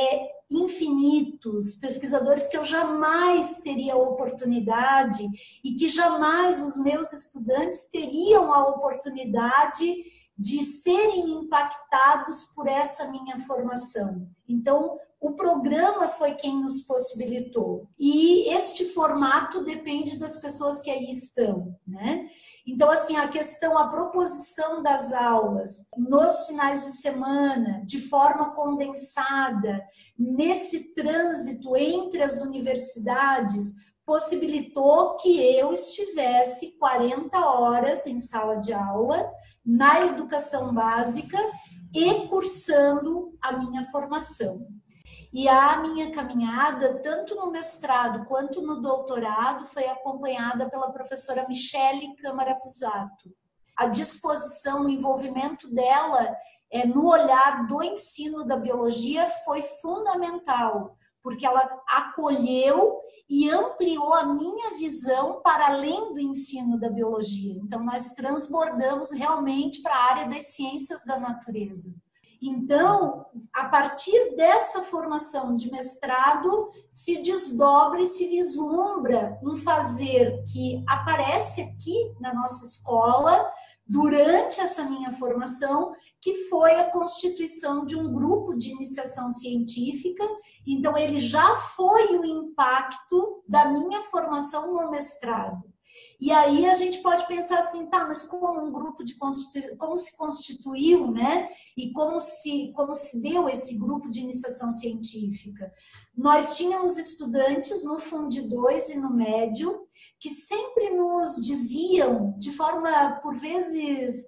infinitos, pesquisadores que eu jamais teria a oportunidade e que jamais os meus estudantes teriam a oportunidade de serem impactados por essa minha formação. Então, o programa foi quem nos possibilitou. E este formato depende das pessoas que aí estão, né? Então, assim, a proposição das aulas nos finais de semana, de forma condensada, nesse trânsito entre as universidades, possibilitou que eu estivesse 40 horas em sala de aula, na educação básica e cursando a minha formação. E a minha caminhada, tanto no mestrado quanto no doutorado, foi acompanhada pela professora Michele Câmara Pisato. A disposição, o envolvimento dela no olhar do ensino da biologia foi fundamental, porque ela acolheu e ampliou a minha visão para além do ensino da biologia. Então, nós transbordamos realmente para a área das ciências da natureza. Então, a partir dessa formação de mestrado, se desdobra e se vislumbra um fazer que aparece aqui na nossa escola, durante essa minha formação, que foi a constituição de um grupo de iniciação científica. Então, ele já foi o impacto da minha formação no mestrado. E aí a gente pode pensar assim, tá, mas como um grupo de como se constituiu, né? E como se deu esse grupo de iniciação científica? Nós tínhamos estudantes no Fundo 2 e no médio que sempre nos diziam, de forma, por vezes,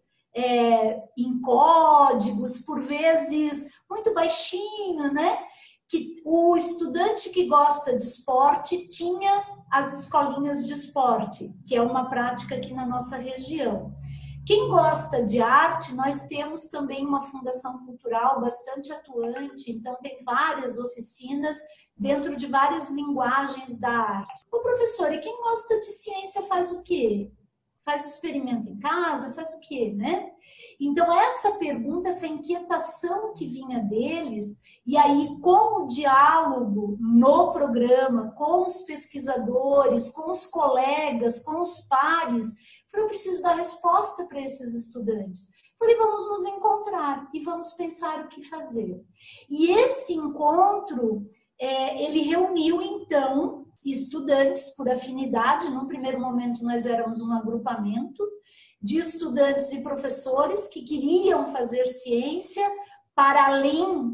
em códigos, por vezes muito baixinho, né? Que o estudante que gosta de esporte tinha as escolinhas de esporte, que é uma prática aqui na nossa região. Quem gosta de arte, nós temos também uma fundação cultural bastante atuante, então tem várias oficinas dentro de várias linguagens da arte. Ô professor, e quem gosta de ciência faz o quê? Faz experimento em casa? Faz o quê, né? Então, essa pergunta, essa inquietação que vinha deles, e aí com o diálogo no programa, com os pesquisadores, com os colegas, com os pares, eu preciso dar resposta para esses estudantes. Falei, vamos nos encontrar e vamos pensar o que fazer. E esse encontro, ele reuniu, então, estudantes por afinidade. Num primeiro momento, nós éramos um agrupamento de estudantes e professores que queriam fazer ciência para além,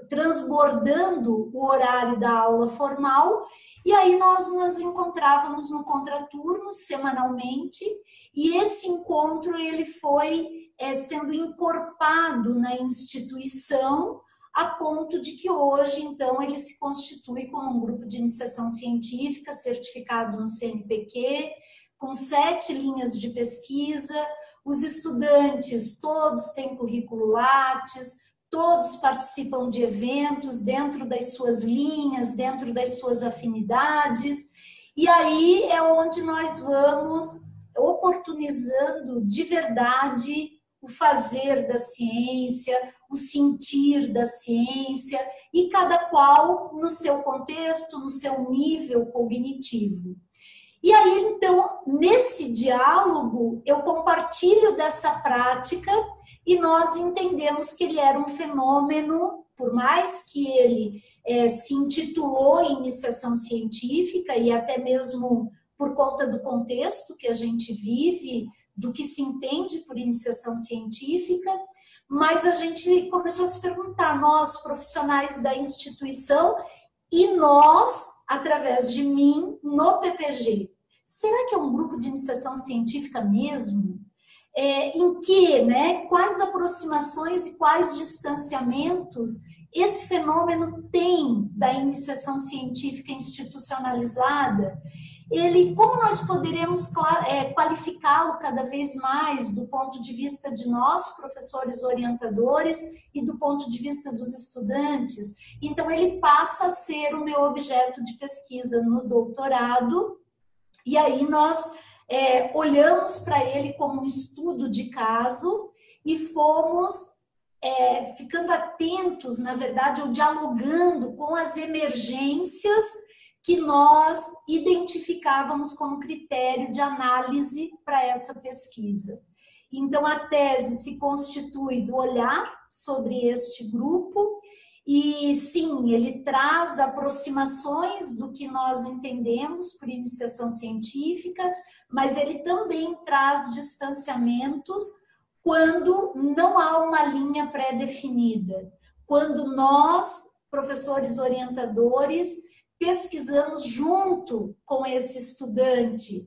transbordando o horário da aula formal, e aí nós nos encontrávamos no contraturno semanalmente, e esse encontro ele foi sendo encorpado na instituição, a ponto de que hoje, então, ele se constitui como um grupo de iniciação científica, certificado no CNPq, com 7 linhas de pesquisa. Os estudantes todos têm currículo Lattes, todos participam de eventos dentro das suas linhas, dentro das suas afinidades, e aí é onde nós vamos oportunizando de verdade o fazer da ciência, o sentir da ciência, e cada qual no seu contexto, no seu nível cognitivo. E aí, então, nesse diálogo, eu compartilho dessa prática e nós entendemos que ele era um fenômeno, por mais que ele se intitulou iniciação científica, e até mesmo por conta do contexto que a gente vive, do que se entende por iniciação científica, mas a gente começou a se perguntar, nós, profissionais da instituição, e nós, através de mim, no PPG, será que é um grupo de iniciação científica mesmo? Em que, né, quais aproximações e quais distanciamentos esse fenômeno tem da iniciação científica institucionalizada? Como nós poderemos qualificá-lo cada vez mais do ponto de vista de nós, professores orientadores, e do ponto de vista dos estudantes? Então, ele passa a ser o meu objeto de pesquisa no doutorado, e aí nós olhamos para ele como um estudo de caso e fomos ficando atentos, na verdade, ou dialogando com as emergências que nós identificávamos como critério de análise para essa pesquisa. Então, a tese se constitui do olhar sobre este grupo e, sim, ele traz aproximações do que nós entendemos por iniciação científica, mas ele também traz distanciamentos quando não há uma linha pré-definida, quando nós, professores orientadores, pesquisamos junto com esse estudante,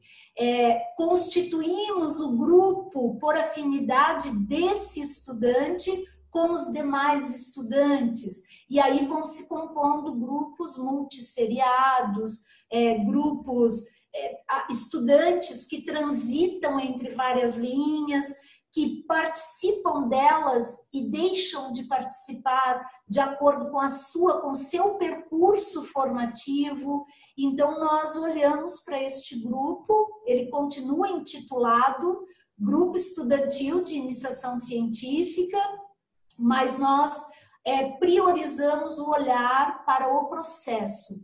constituímos o grupo por afinidade desse estudante com os demais estudantes, e aí vão se compondo grupos multisseriados, grupos, estudantes que transitam entre várias linhas, que participam delas e deixam de participar de acordo com o seu percurso formativo. Então, nós olhamos para este grupo, ele continua intitulado Grupo Estudantil de Iniciação Científica, mas nós priorizamos o olhar para o processo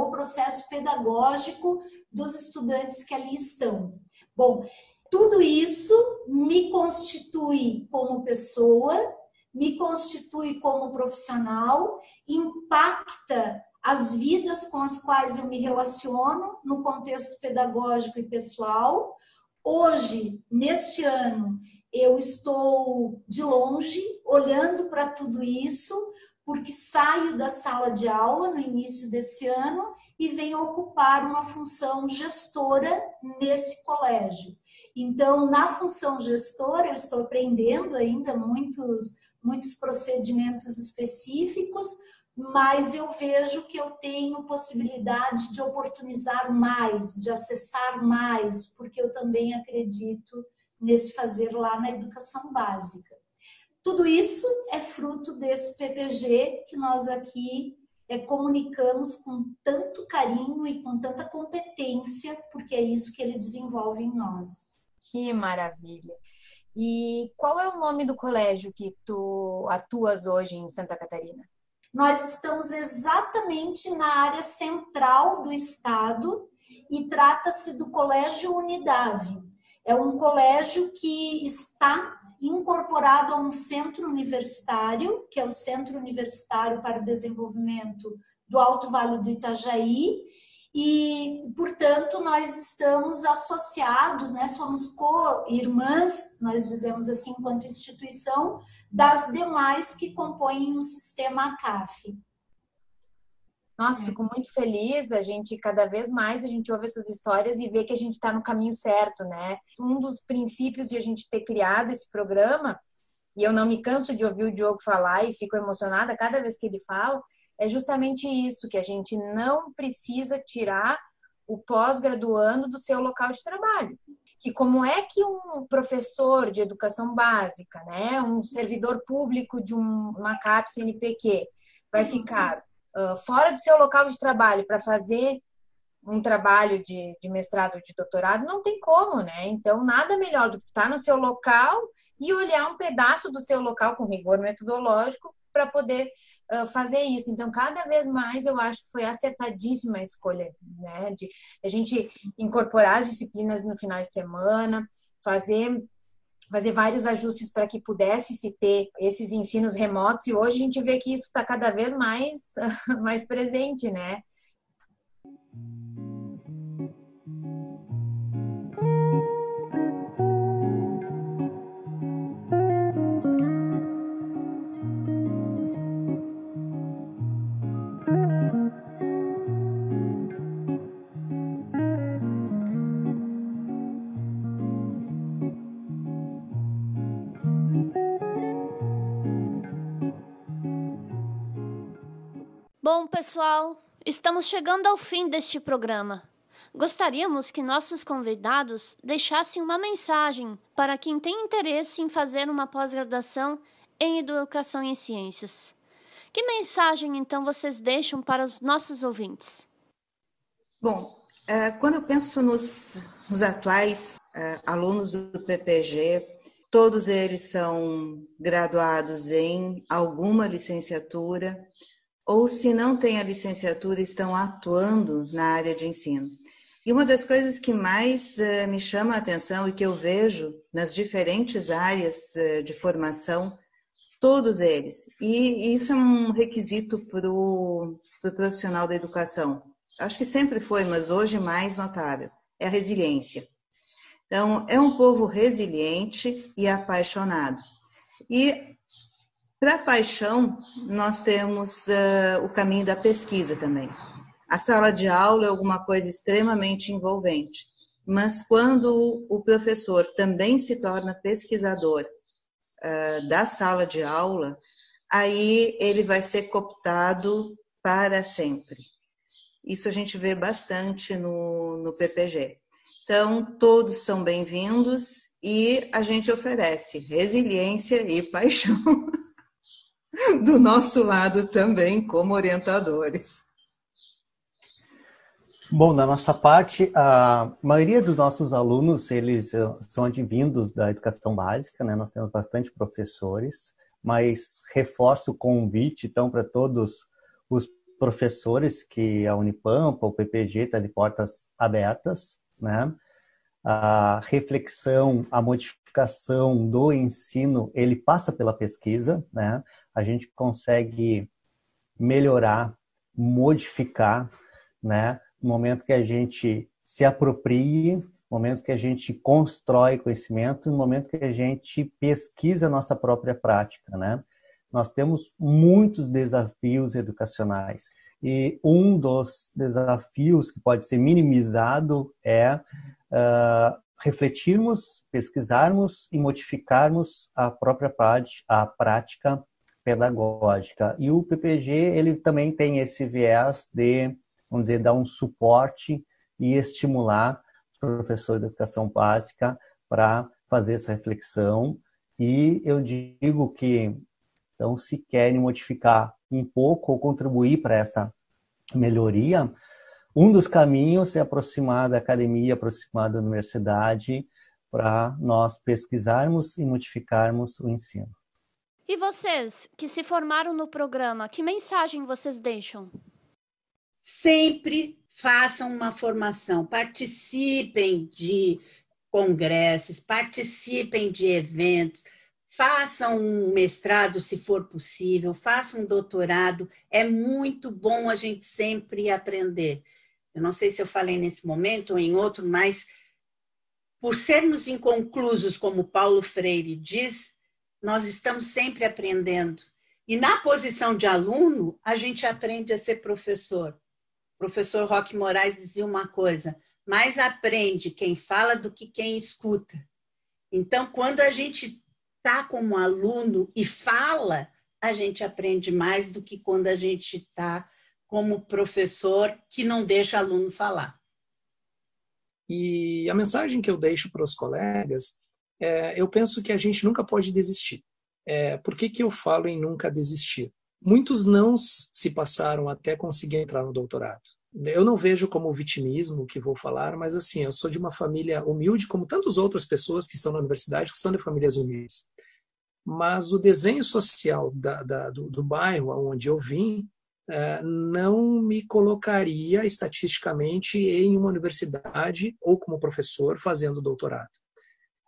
pedagógico dos estudantes que ali estão. Bom, tudo isso me constitui como pessoa, me constitui como profissional, impacta as vidas com as quais eu me relaciono no contexto pedagógico e pessoal. Hoje, neste ano, eu estou de longe, olhando para tudo isso, porque saio da sala de aula no início desse ano e venho ocupar uma função gestora nesse colégio. Então, na função gestora, eu estou aprendendo ainda muitos procedimentos específicos, mas eu vejo que eu tenho possibilidade de oportunizar mais, de acessar mais, porque eu também acredito nesse fazer lá na educação básica. Tudo isso é fruto desse PPG que nós aqui comunicamos com tanto carinho e com tanta competência, porque é isso que ele desenvolve em nós. Que maravilha! E qual é o nome do colégio que tu atuas hoje em Santa Catarina? Nós estamos exatamente na área central do estado e trata-se do Colégio Unidade. É um colégio que está incorporado a um centro universitário, que é o Centro Universitário para o Desenvolvimento do Alto Vale do Itajaí, e, portanto, nós estamos associados, né, somos co-irmãs, nós dizemos assim, enquanto instituição, das demais que compõem o sistema ACAF. Nossa, fico muito feliz, cada vez mais a gente ouve essas histórias e vê que a gente está no caminho certo, né? Um dos princípios de a gente ter criado esse programa, e eu não me canso de ouvir o Diogo falar e fico emocionada cada vez que ele fala, é justamente isso, que a gente não precisa tirar o pós-graduando do seu local de trabalho. Que como é que um professor de educação básica, né, um servidor público de uma CAP CNPq vai ficar fora do seu local de trabalho para fazer um trabalho de mestrado ou de doutorado? Não tem como, né? Então, nada melhor do que estar no seu local e olhar um pedaço do seu local com rigor metodológico para poder fazer isso. Então, cada vez mais eu acho que foi acertadíssima a escolha, né? De a gente incorporar as disciplinas no final de semana, fazer fazer vários ajustes para que pudesse se ter esses ensinos remotos, e hoje a gente vê que isso está cada vez mais presente, né? Bom, pessoal, estamos chegando ao fim deste programa. Gostaríamos que nossos convidados deixassem uma mensagem para quem tem interesse em fazer uma pós-graduação em Educação em Ciências. Que mensagem, então, vocês deixam para os nossos ouvintes? Bom, quando eu penso nos atuais alunos do PPG, todos eles são graduados em alguma licenciatura, ou se não têm a licenciatura, estão atuando na área de ensino. E uma das coisas que mais me chama a atenção e que eu vejo nas diferentes áreas de formação, todos eles, e isso é um requisito para o profissional da educação, acho que sempre foi, mas hoje mais notável, é a resiliência. Então, é um povo resiliente e apaixonado. E para a paixão, nós temos o caminho da pesquisa também. A sala de aula é alguma coisa extremamente envolvente, mas quando o professor também se torna pesquisador da sala de aula, aí ele vai ser cooptado para sempre. Isso a gente vê bastante no PPG. Então, todos são bem-vindos e a gente oferece resiliência e paixão do nosso lado também, como orientadores. Bom, da nossa parte, a maioria dos nossos alunos, eles são advindos da educação básica, né? Nós temos bastante professores, mas reforço o convite, então, para todos os professores que a Unipampa, o PPG está de portas abertas, né? A reflexão, a modificação do ensino, ele passa pela pesquisa, né? A gente consegue melhorar, modificar, né? No momento que a gente se aproprie, no momento que a gente constrói conhecimento, no momento que a gente pesquisa a nossa própria prática, né? Nós temos muitos desafios educacionais e um dos desafios que pode ser minimizado é refletirmos, pesquisarmos e modificarmos a própria prática pedagógica. E o PPG, ele também tem esse viés de, vamos dizer, dar um suporte e estimular os professores de educação básica para fazer essa reflexão. E eu digo que, então, se querem modificar um pouco ou contribuir para essa melhoria, um dos caminhos é aproximar da academia, aproximar da universidade, para nós pesquisarmos e modificarmos o ensino. E vocês, que se formaram no programa, que mensagem vocês deixam? Sempre façam uma formação, participem de congressos, participem de eventos, façam um mestrado se for possível, façam um doutorado, é muito bom a gente sempre aprender. Eu não sei se eu falei nesse momento ou em outro, mas por sermos inconclusos, como Paulo Freire diz, nós estamos sempre aprendendo. E na posição de aluno, a gente aprende a ser professor. O professor Roque Moraes dizia uma coisa, mais aprende quem fala do que quem escuta. Então, quando a gente está como aluno e fala, a gente aprende mais do que quando a gente está como professor que não deixa aluno falar. E a mensagem que eu deixo para os colegas, eu penso que a gente nunca pode desistir. Por que eu falo em nunca desistir? Muitos não se passaram até conseguir entrar no doutorado. Eu não vejo como vitimismo que vou falar, mas assim, eu sou de uma família humilde, como tantas outras pessoas que estão na universidade, que são de famílias humildes. Mas o desenho social do bairro onde eu vim não me colocaria estatisticamente em uma universidade ou como professor fazendo doutorado.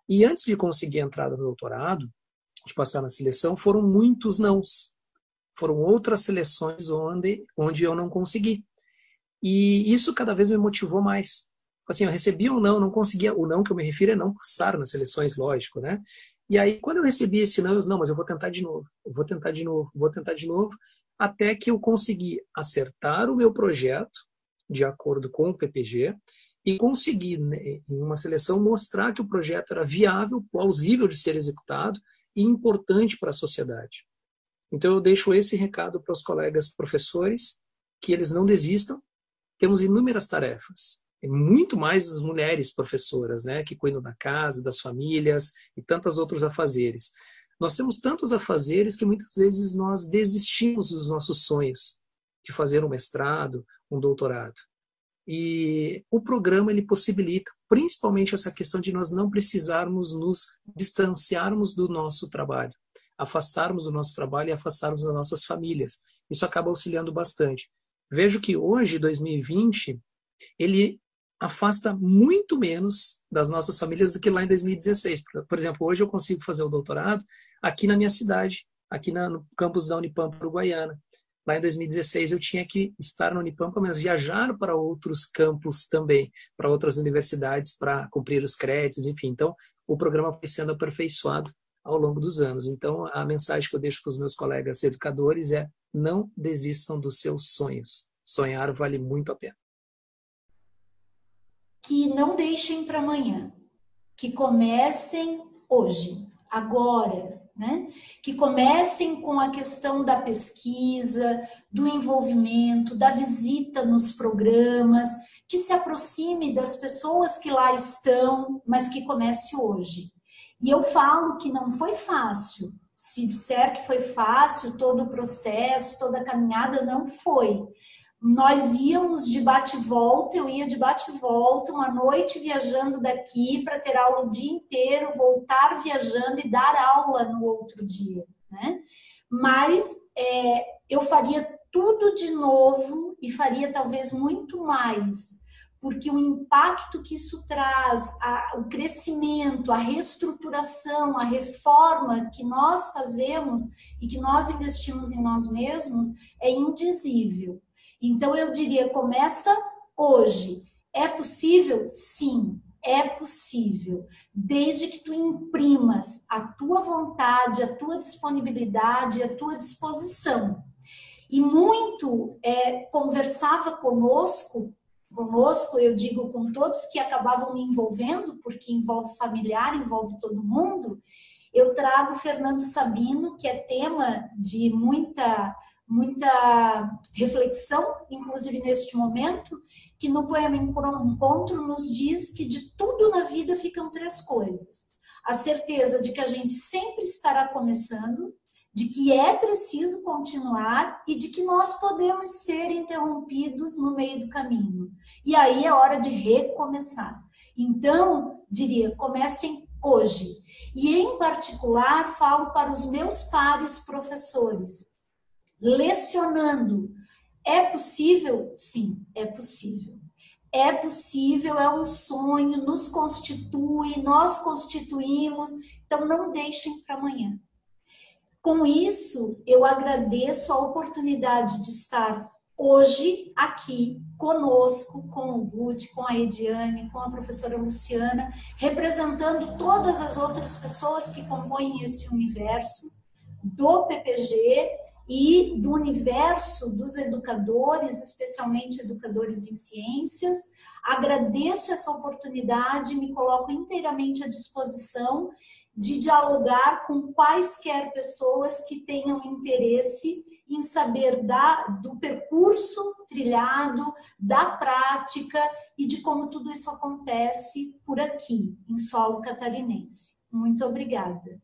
E antes de conseguir a entrada no doutorado, de passar na seleção, foram muitos nãos. Foram outras seleções onde eu não consegui. E isso cada vez me motivou mais. Assim, eu recebia um não conseguia. O não que eu me refiro é não passar nas seleções, lógico, né? E aí, quando eu recebi esse não, eu disse, não, mas eu vou tentar de novo. Eu vou tentar de novo, vou tentar de novo, até que eu consegui acertar o meu projeto, de acordo com o PPG, e consegui, né, em uma seleção, mostrar que o projeto era viável, plausível de ser executado e importante para a sociedade. Então, eu deixo esse recado para os colegas professores, que eles não desistam. Temos inúmeras tarefas. Tem muito mais as mulheres professoras, né, que cuidam da casa, das famílias e tantos outros afazeres. Nós temos tantos afazeres que muitas vezes nós desistimos dos nossos sonhos de fazer um mestrado, um doutorado. E o programa ele possibilita, principalmente essa questão de nós não precisarmos nos distanciarmos do nosso trabalho, afastarmos do nosso trabalho e afastarmos das nossas famílias. Isso acaba auxiliando bastante. Vejo que hoje, 2020, ele afasta muito menos das nossas famílias do que lá em 2016. Por exemplo, hoje eu consigo fazer o doutorado aqui na minha cidade, aqui no campus da Unipampa Uruguaiana. Lá em 2016 eu tinha que estar na Unipampa, mas viajar para outros campos também, para outras universidades, para cumprir os créditos, enfim. Então, o programa foi sendo aperfeiçoado ao longo dos anos. Então, a mensagem que eu deixo para os meus colegas educadores é: não desistam dos seus sonhos. Sonhar vale muito a pena. Que não deixem para amanhã, que comecem hoje, agora, né? Que comecem com a questão da pesquisa, do envolvimento, da visita nos programas, que se aproxime das pessoas que lá estão, mas que comece hoje. E eu falo que não foi fácil. Se disser que foi fácil, todo o processo, toda a caminhada, não foi. Nós íamos de bate-volta, eu ia de bate-volta, uma noite viajando daqui para ter aula o dia inteiro, voltar viajando e dar aula no outro dia, né? Mas eu faria tudo de novo e faria talvez muito mais, porque o impacto que isso traz, o crescimento, a reestruturação, a reforma que nós fazemos e que nós investimos em nós mesmos é indizível. Então, eu diria, começa hoje. É possível? Sim, é possível. Desde que tu imprimas a tua vontade, a tua disponibilidade, a tua disposição. E muito conversava conosco, eu digo com todos que acabavam me envolvendo, porque envolve familiar, envolve todo mundo. Eu trago Fernando Sabino, que é tema de muita reflexão, inclusive neste momento, que no poema Encontro nos diz que de tudo na vida ficam 3 coisas. A certeza de que a gente sempre estará começando, de que é preciso continuar e de que nós podemos ser interrompidos no meio do caminho. E aí é hora de recomeçar. Então, diria, comecem hoje. E, em particular, falo para os meus pares professores, lecionando. É possível? Sim, é possível. É possível, é um sonho, nos constitui, nós constituímos, então não deixem para amanhã. Com isso, eu agradeço a oportunidade de estar hoje aqui conosco, com o Guti, com a Ediane, com a professora Luciana, representando todas as outras pessoas que compõem esse universo do PPG e do universo dos educadores, especialmente educadores em ciências. Agradeço essa oportunidade, me coloco inteiramente à disposição de dialogar com quaisquer pessoas que tenham interesse em saber do percurso trilhado, da prática e de como tudo isso acontece por aqui, em solo catarinense. Muito obrigada.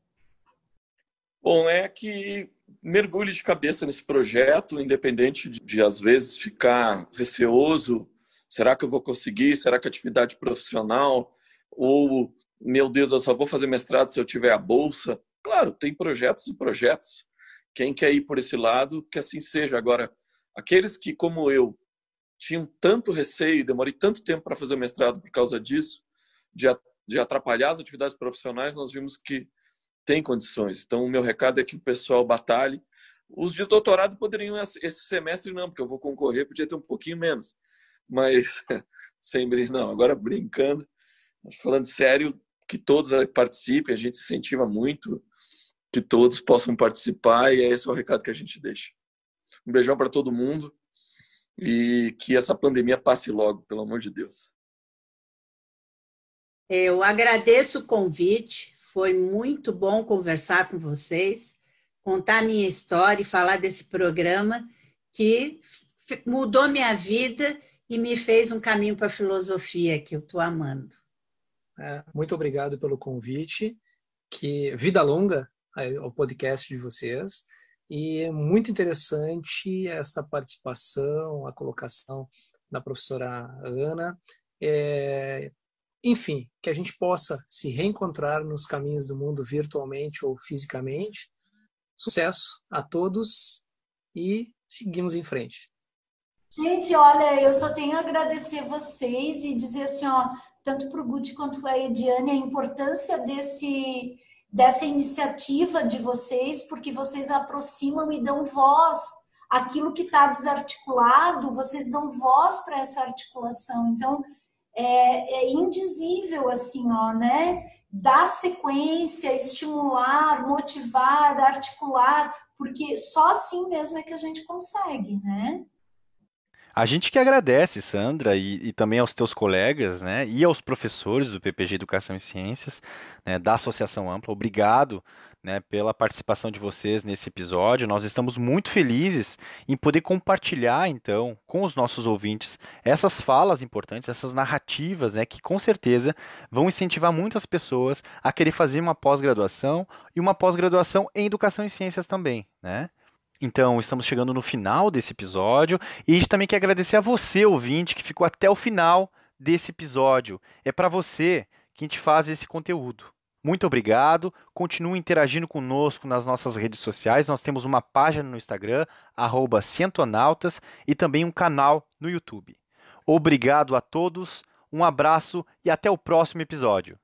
Bom, é que mergulhe de cabeça nesse projeto, independente de às vezes ficar receoso. Será que eu vou conseguir? Será que a atividade profissional? Ou, meu Deus, eu só vou fazer mestrado se eu tiver a bolsa? Claro, tem projetos e projetos. Quem quer ir por esse lado, que assim seja. Agora, aqueles que, como eu, tinham tanto receio, demorei tanto tempo para fazer o mestrado por causa disso, de de atrapalhar as atividades profissionais, nós vimos que tem condições. Então, o meu recado é que o pessoal batalhe. Os de doutorado poderiam, esse semestre não, porque eu vou concorrer, podia ter um pouquinho menos. Mas, não, agora brincando, falando sério, que todos participem, a gente incentiva muito que todos possam participar, e esse é o recado que a gente deixa. Um beijão para todo mundo e que essa pandemia passe logo, pelo amor de Deus. Eu agradeço o convite, foi muito bom conversar com vocês, contar a minha história e falar desse programa que mudou minha vida e me fez um caminho para a filosofia que eu estou amando. Muito obrigado pelo convite, que vida longa ao podcast de vocês, e é muito interessante esta participação, a colocação da professora Ana, enfim, que a gente possa se reencontrar nos caminhos do mundo virtualmente ou fisicamente. Sucesso a todos e seguimos em frente. Gente, olha, eu só tenho a agradecer vocês e dizer assim, ó, tanto para o Guti quanto para a Ediane, a importância dessa iniciativa de vocês, porque vocês aproximam e dão voz àquilo que está desarticulado, vocês dão voz para essa articulação. Então, é indizível, assim, ó, né? Dar sequência, estimular, motivar, articular, porque só assim mesmo é que a gente consegue, né? A gente que agradece, Sandra, e também aos teus colegas, né, e aos professores do PPG Educação e Ciências, né, da Associação Ampla. Obrigado, né, pela participação de vocês nesse episódio. Nós estamos muito felizes em poder compartilhar, então, com os nossos ouvintes essas falas importantes, essas narrativas, né, que com certeza vão incentivar muitas pessoas a querer fazer uma pós-graduação e uma pós-graduação em Educação e Ciências também, né? Então, estamos chegando no final desse episódio e a gente também quer agradecer a você, ouvinte, que ficou até o final desse episódio. É para você que a gente faz esse conteúdo. Muito obrigado. Continue interagindo conosco nas nossas redes sociais. Nós temos uma página no Instagram, @cientonautas, e também um canal no YouTube. Obrigado a todos, um abraço e até o próximo episódio.